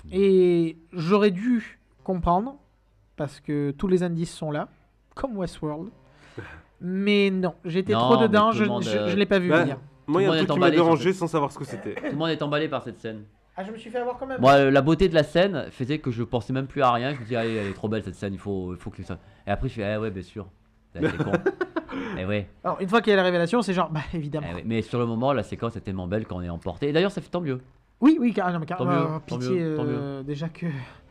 Et j'aurais dû comprendre, parce que tous les indices sont là, comme Westworld. Mais non, j'étais Non, trop mais dedans, tout je le monde, ne l'ai pas vu bah, venir. Moi, il y a Tout le un monde truc est qui m'a emballé sur dérangé sans savoir ce que c'était. Tout le monde est emballé par cette scène. Ah, je me suis fait avoir quand même. Moi, la beauté de la scène faisait que je pensais même plus à rien. Je me dis, allez, elle est trop belle cette scène, il faut que ça. Et après, je fais, ah ouais, bien sûr. C'est con. Et ouais. Alors, une fois qu'il y a la révélation, c'est genre, bah évidemment. Eh ouais. Mais sur le moment, la séquence est tellement belle quand on est emporté. Et d'ailleurs, ça fait tant mieux. Oui, oui, carrément. Mais Tant mieux, tant pitié, mieux, tant mieux. déjà que.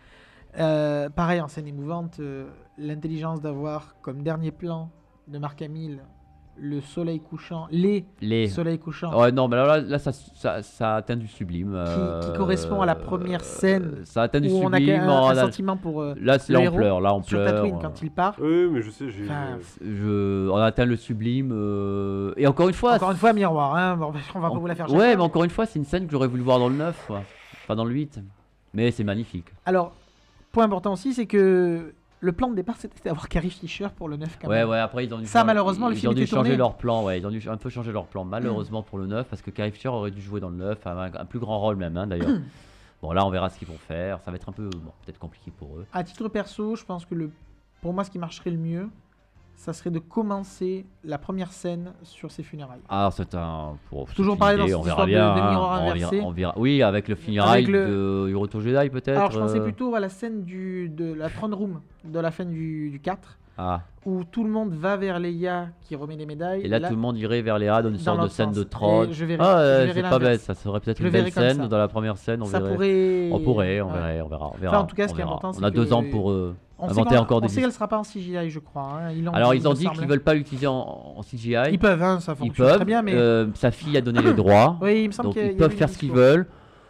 Pareil, en scène émouvante, l'intelligence d'avoir comme dernier plan de Marc Hamill le soleil couchant, les soleils couchants, Ouais, non, mais là ça atteint du sublime. qui correspond à la première scène Ça atteint du où on a sublime. un sentiment pour Là, le héros là, on sur pleure. Tatooine quand il part. Oui, mais je sais, j'ai. Enfin, On a atteint le sublime. Et encore une fois. Encore une fois, miroir, hein. Bon, on va pas vous la faire. chaque Ouais, fois, mais encore une fois, c'est une scène que j'aurais voulu voir dans le 9, quoi. Pas dans le 8. Mais c'est magnifique. Alors, point important aussi, c'est que le plan de départ, c'était d'avoir Carrie Fisher pour le 9 quand Ouais, même. ouais, après ils ont dû Ça, malheureusement, le ils film ont dû était changer tourné. leur plan, ouais, ils ont dû un peu changer leur plan, malheureusement pour le 9, parce que Carrie Fisher aurait dû jouer dans le 9, un plus grand rôle même, hein, d'ailleurs. Bon, là, on verra ce qu'ils vont faire, ça va être un peu, peut-être compliqué pour eux. À titre perso, je pense que pour moi, ce qui marcherait le mieux, ça serait de commencer la première scène sur ses funérailles. Ah, c'est un. Toujours pareil dans cette on histoire verra de bien. miroir hein, inversé. on verra. Oui, avec le funérail Avec du Retour Jedi, peut-être. Alors, je pensais plutôt à la scène de la throne room de la fin du 4, Ah, où tout le monde va vers Leia qui remet les médailles. et là, tout le monde irait vers Léa dans une sorte de l'autre scène sens. de trône. Et je verrais- Ah, je verrais c'est pas l'inverse. bête, ça serait peut-être Je une le verrais belle comme scène ça. dans la première scène. On ça verrait. pourrait. On pourrait, on Ouais. verra. Enfin, en tout cas, ce on qui est verra. important, c'est On a 2 que- ans pour On sait inventer qu'en- encore on des sait qu'elle sera pas en CGI, je crois. Hein. Alors, il ils ont me dit semble. qu'ils veulent pas l'utiliser en CGI. Ils peuvent, hein, ça Ils fonctionne peuvent. très bien, mais. Sa fille a donné les droits. Oui, il me semble Donc qu'il y a- ils il y a peuvent eu faire des ce qu'ils discours. veulent.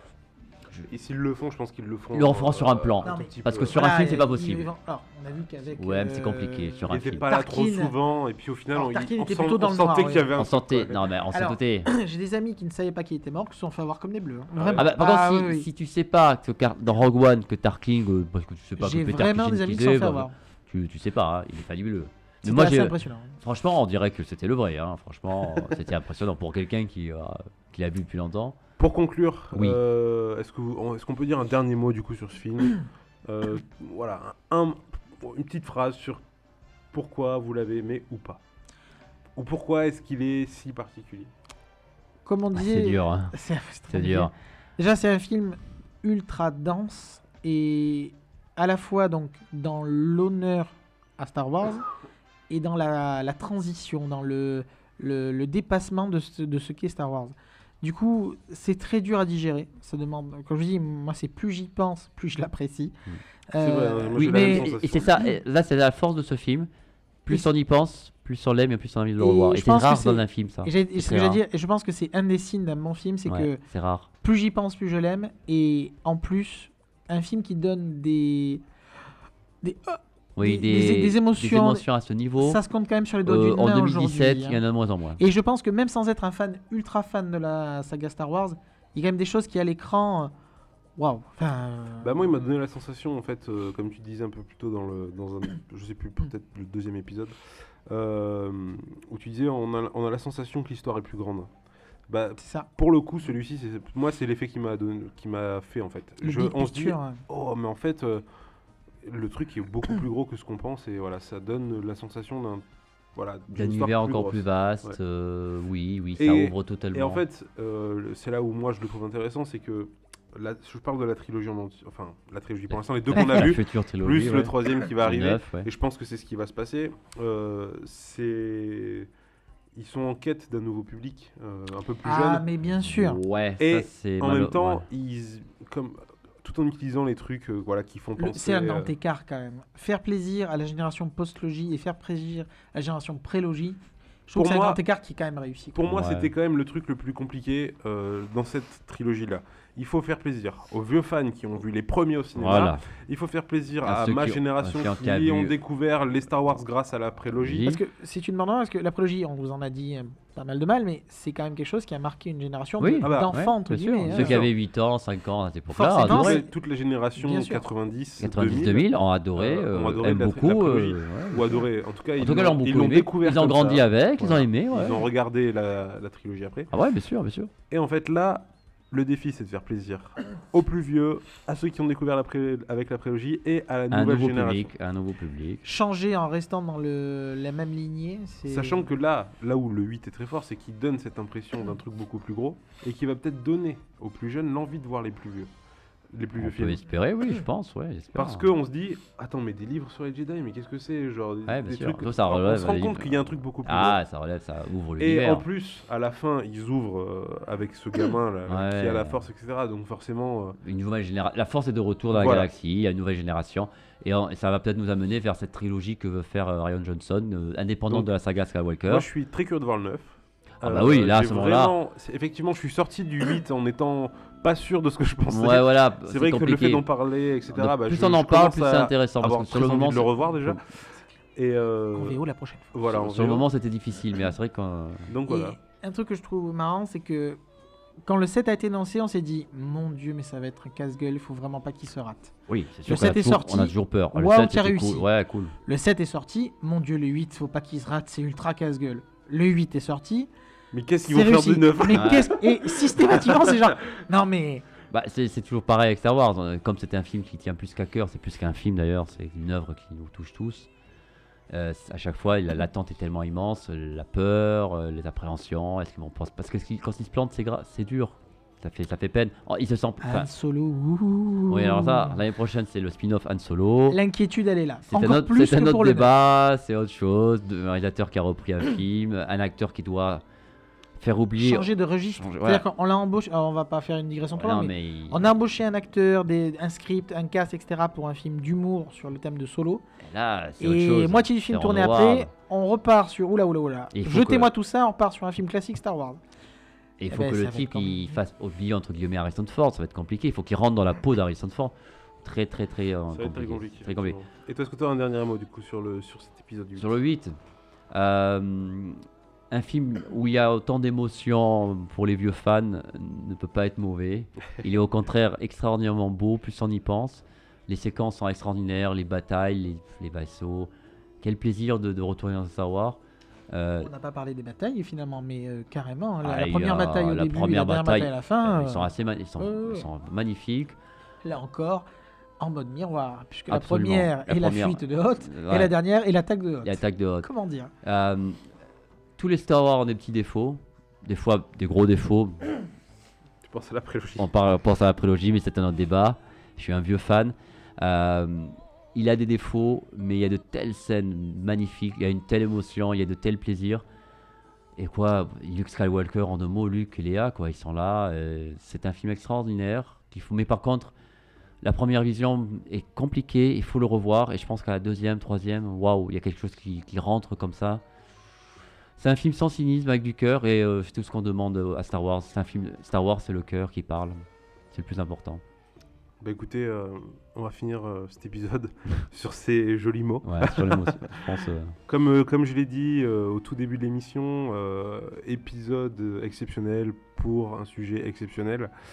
Et s'ils le font, je pense qu'ils le font. Ils le referont sur un plan. tout Non, mais- petit parce peu. que sur un film, c'est pas ils possible. vont- Alors, on a vu qu'avec. Ouais, mais c'est compliqué, sur Il un était film. pas là trop Tarkin. souvent, et puis au final, Alors, on, Tarkin on était sent- plutôt dans on le sentait noir, qu'il y avait un On truc, sentait. quoi. Non, mais on s'est Alors, douté. J'ai des amis qui ne savaient pas qu'il était mort, qui se sont fait avoir comme des bleus. hein. Ah Vraiment. Ah bah, par Ah, contre, oui, oui. si tu sais pas que dans Rogue One que Tarkin, parce que tu sais pas J'ai que Peter vraiment Cushing des amis qui disait, se sont fait bah, avoir. tu sais pas, hein, il est fabuleux. Mais C'était moi, assez j'ai, impressionnant. franchement, on dirait que c'était le vrai. Hein. Franchement, c'était impressionnant pour quelqu'un qui l'a vu depuis longtemps. Pour conclure, Oui. est-ce qu'on peut dire un dernier mot du coup sur ce film Voilà, une petite phrase sur pourquoi vous l'avez aimé ou pas. Ou pourquoi est-ce qu'il est si particulier. Comme on Ah, disait. c'est dur, hein. C'est C'est dur. Déjà, c'est un film ultra dense et à la fois donc dans l'honneur à Star Wars et dans la transition, dans le dépassement de ce qu'est Star Wars. Du coup, c'est très dur à digérer. Ça demande, comme je dis, moi, c'est plus j'y pense, plus je l'apprécie. C'est vrai, hein, moi, Oui, j'ai la même mais sensation. et c'est ça. Et là, c'est la force de ce film. Plus Et- on y pense, plus on l'aime et plus on a envie de le Et revoir. je Et c'est pense que rare c'est- dans un film, ça. Et, c'est ce très que j'ai rare. dit, et je pense que c'est un des signes d'un bon film, c'est Ouais, que c'est rare. plus j'y pense, plus je l'aime. Et en plus, un film qui donne des Oui, des émotions, à ce niveau. ça se compte quand même sur les doigts d'une En main 2017, aujourd'hui, il y en a de moins en moins. Et je pense que même sans être un fan, ultra fan de la saga Star Wars, il y a quand même des choses qui à l'écran waouh. Enfin, Bah moi il m'a donné la sensation en fait, comme tu disais un peu plus tôt dans un, je sais plus, peut-être le deuxième épisode, où tu disais on a la sensation que l'histoire est plus grande. Bah c'est ça. pour le coup celui-ci, moi c'est l'effet qui m'a fait en fait. Le big On se dit picture, hein. oh mais en fait le truc est beaucoup plus gros que ce qu'on pense et voilà ça donne la sensation D'un d'une histoire univers plus encore grosse. plus vaste, Ouais. oui, ça Et- ouvre totalement. Et en fait, c'est là où moi je le trouve intéressant, c'est que je parle de la trilogie en entier, enfin la trilogie pour l'instant, les deux qu'on a la vus, future trilogie, plus ouais. le troisième qui va arriver. 9, ouais. Et je pense que c'est ce qui va se passer. Ils sont en quête d'un nouveau public, un peu plus Ah, jeune. mais bien sûr. Ouais, Et ça c'est en même temps, ouais. tout en utilisant les trucs qui font penser. C'est un grand écart quand même. Faire plaisir à la génération post-logie et faire plaisir à la génération pré-logie, je trouve Pour que c'est un moi- grand écart qui est quand même réussi. Pour moi, Ouais. c'était quand même le truc le plus compliqué dans cette trilogie-là. Il faut faire plaisir aux vieux fans qui ont vu les premiers au cinéma. Voilà. Il faut faire plaisir À à ceux ma qui ont- génération à ceux qui ont qui ont vu- découvert découvert les Star Wars grâce à la prélogie. Parce que si tu demandes, parce que la prélogie, on vous en a dit pas mal de mal, mais c'est quand même quelque chose qui a marqué une génération Oui. Ah bah, d'enfants, entre Bien sûr. guillemets. Ceux hein. qui avaient 8 ans, 5 ans à cette époque-là, Forcément, adoraient. c'est- Toutes les générations Bien sûr. 90, 90-2000 ont adoré, ont adoré aiment la beaucoup. prélogie, ouais, ou bien sûr. adoré. En tout cas, En tout cas, ils l'ont beaucoup ils l'ont aimé. découvert. Ils ont comme grandi ça. avec, ils ont Voilà. aimé. Ouais. Ils ont regardé la trilogie après. Ah ouais, bien sûr, bien sûr. Et en fait, là, le défi, c'est de faire plaisir aux plus vieux, à ceux qui ont découvert avec la prélogie et à la Un nouvelle nouveau génération. public, un nouveau public. Changer en restant dans la même lignée, c'est. Sachant que là où le 8 est très fort, c'est qu'il donne cette impression d'un truc beaucoup plus gros et qui va peut-être donner aux plus jeunes l'envie de voir les plus vieux On peut films. espérer, oui, je pense, ouais, j'espère. Parce qu'on se dit, attends, mais des livres sur les Jedi, mais qu'est-ce que c'est genre Ouais, bien des sûr. trucs. Toi, ça on relève se rend les compte livres. qu'il y a un truc beaucoup plus Ah, ça relève, ça ouvre gros. Et l'univers. en plus, à la fin, ils ouvrent avec ce gamin là, qui Ouais. a la force, etc. Donc forcément, Une nouvelle génération. La force est de retour dans la Voilà. galaxie, il y a une nouvelle génération. Et ça va peut-être nous amener vers cette trilogie que veut faire Rian Johnson, indépendante Donc, de la saga Skywalker. moi je suis très curieux de voir le 9. Ah bah oui, là, à j'ai ce moment-là. vraiment- effectivement, je suis sorti du 8 en étant pas sûr de ce que je pensais. Ouais, voilà. C'est vrai que le compliqué. fait d'en parler, etc. Donc, bah, plus je- on en je parle, commence plus à c'est intéressant. Parce avoir que sur le très envie moment, de le revoir déjà. Et En VO la prochaine fois. voilà. en sur le VO. moment, c'était difficile, mais c'est vrai qu'on. Donc voilà. Et un truc que je trouve marrant, c'est que quand le 7 a été lancé, on s'est dit, mon Dieu, mais ça va être un casse-gueule, il faut vraiment pas qu'il se rate. Oui, c'est sûr. Le 7 qu'on a est toujours- sorti. On a toujours peur. Le Waouh, 7, qui a c'était réussi. cool. Ouais, cool. Le 7 est sorti, mon Dieu, le 8, faut pas qu'il se rate, c'est ultra casse-gueule. Le 8 est sorti, Mais qu'est-ce qu'ils c'est vont faire réussi. de neuf Mais Ouais. et systématiquement, c'est genre, non mais, Bah, c'est toujours pareil avec Star Wars. Comme c'était un film qui tient plus qu'à cœur, c'est plus qu'un film d'ailleurs, c'est une œuvre qui nous touche tous. À chaque fois, l'attente est tellement immense, la peur, les appréhensions. Est-ce qu'ils vont penser parce que quand ils se plantent, c'est dur. Ça fait peine. Oh, ils se sentent. Han Solo, ouh. Oui, alors ça, l'année prochaine, c'est le spin-off Han Solo. L'inquiétude, elle est là. C'est un Encore autre, plus c'est un que autre pour le neuf. débat, c'est autre chose. Un réalisateur qui a repris un film, un acteur qui doit faire oublier. Changer de registre. Changer, C'est-à-dire voilà. qu'on l'a embauché, alors on va pas faire une digression trop Non, longue, mais mais il- on a embauché un acteur, un script, un cast, etc. pour un film d'humour sur le thème de Solo. là, c'est autre Et chose. moitié du film C'est tourné Ron après, Howard. on repart sur oula. Et il faut Jetez-moi tout ça, on repart sur un film classique Star Wars. Et il Eh faut ben, que ça le va être type compliqué. il fasse oublier entre guillemets Harrison Ford, ça va être compliqué. Il faut qu'il rentre dans la peau d'Harrison Ford. Très Ça va être très compliqué. Très compliqué. effectivement. Et toi, est-ce que tu as un dernier mot du coup sur cet épisode du Sur le 8, un film où il y a autant d'émotions pour les vieux fans ne peut pas être mauvais. Il est au contraire extraordinairement beau, plus on y pense. Les séquences sont extraordinaires, les batailles, les vaisseaux. Quel plaisir de retourner dans Star Wars. On n'a pas parlé des batailles finalement, mais carrément, Ah, la il y première a bataille au la début, première la dernière bataille, bataille à la fin, Ils sont assez ils ouais. sont magnifiques. là encore, en mode miroir, puisque Absolument. la première La est la première, fuite de Hoth, ouais. et la dernière est l'attaque de Hoth. L'attaque de Hoth. Comment dire Tous les Star Wars ont des petits défauts, des fois des gros défauts. Tu penses à la prélogie On pense à la prélogie, mais c'est un autre débat. Je suis un vieux fan. Il a des défauts, mais il y a de telles scènes magnifiques, il y a une telle émotion, il y a de tels plaisirs. Et quoi, Luke Skywalker en 2 mots, Luke et Léa, quoi, ils sont là. C'est un film extraordinaire qu'il faut. Mais par contre, la première vision est compliquée, il faut le revoir. Et je pense qu'à la deuxième, troisième, waouh, il y a quelque chose qui rentre comme ça. C'est un film sans cynisme, avec du cœur, et c'est tout ce qu'on demande à Star Wars. C'est un film, Star Wars, c'est le cœur qui parle. C'est le plus important. Bah écoutez, on va finir cet épisode sur ces jolis mots. Ouais, sur l'émotion, je pense. Comme je l'ai dit au tout début de l'émission, épisode exceptionnel pour un sujet exceptionnel.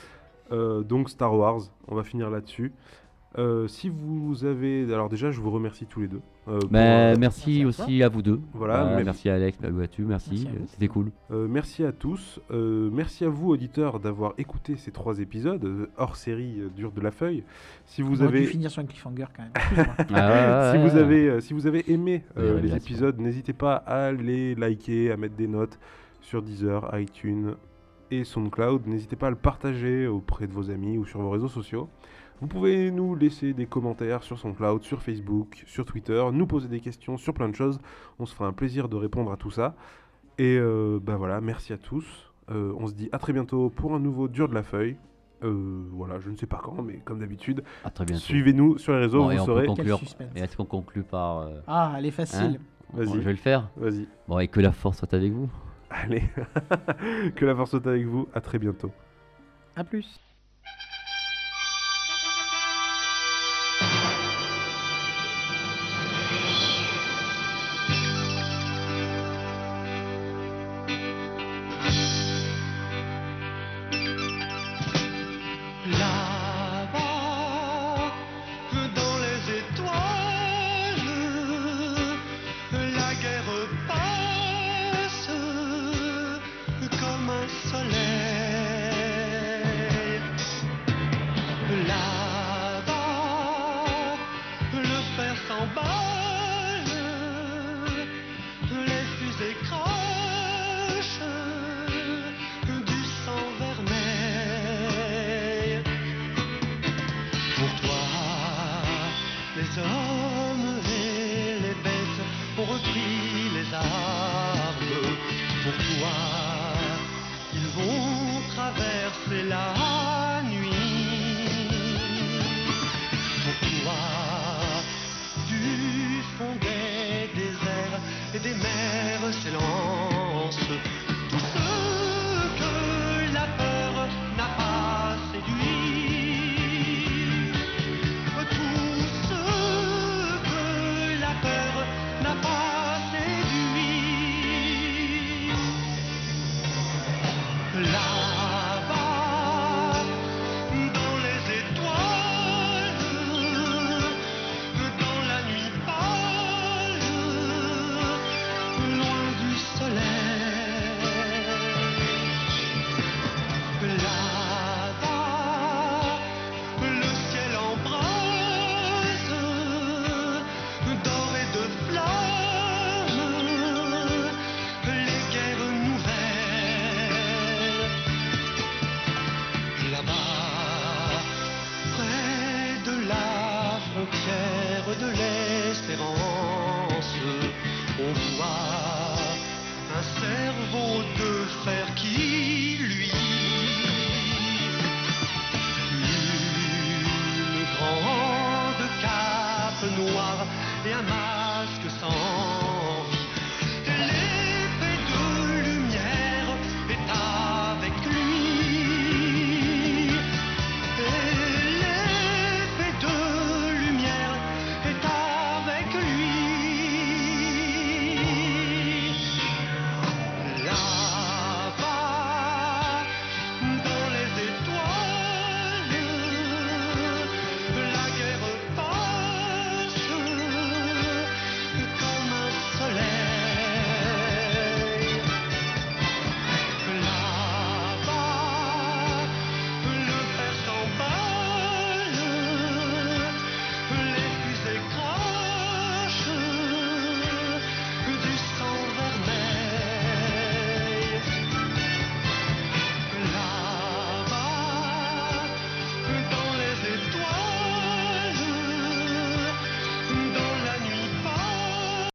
Donc Star Wars, on va finir là-dessus. Si vous avez... Alors déjà, je vous remercie tous les deux. Merci Merci à aussi à vous deux. Voilà, Merci à Alex, merci, Merci à vous. c'était cool. merci à tous. Merci à vous, auditeurs, d'avoir écouté ces 3 épisodes hors série Dur de la Feuille. Si vous On aurait dû avez... finir sur un cliffhanger quand même. Excuse-moi. Si vous avez aimé Oui, les révélation. épisodes, n'hésitez pas à les liker, à mettre des notes sur Deezer, iTunes et SoundCloud. N'hésitez pas à le partager auprès de vos amis ou sur vos réseaux sociaux. Vous pouvez nous laisser des commentaires sur SoundCloud, sur Facebook, sur Twitter, nous poser des questions sur plein de choses. On se fera un plaisir de répondre à tout ça. Et voilà, merci à tous. On se dit à très bientôt pour un nouveau Dur de la Feuille. Voilà, je ne sais pas quand, mais comme d'habitude, À très bientôt. suivez-nous sur les réseaux, Bon, et vous on peut saurez. conclure. Quel suspense. Et est-ce qu'on conclut par. Ah, elle est facile. Vas-y. Je vais le faire. Vas-y. Bon, et que la force soit avec vous. Allez, que la force soit avec vous. À très bientôt. À plus.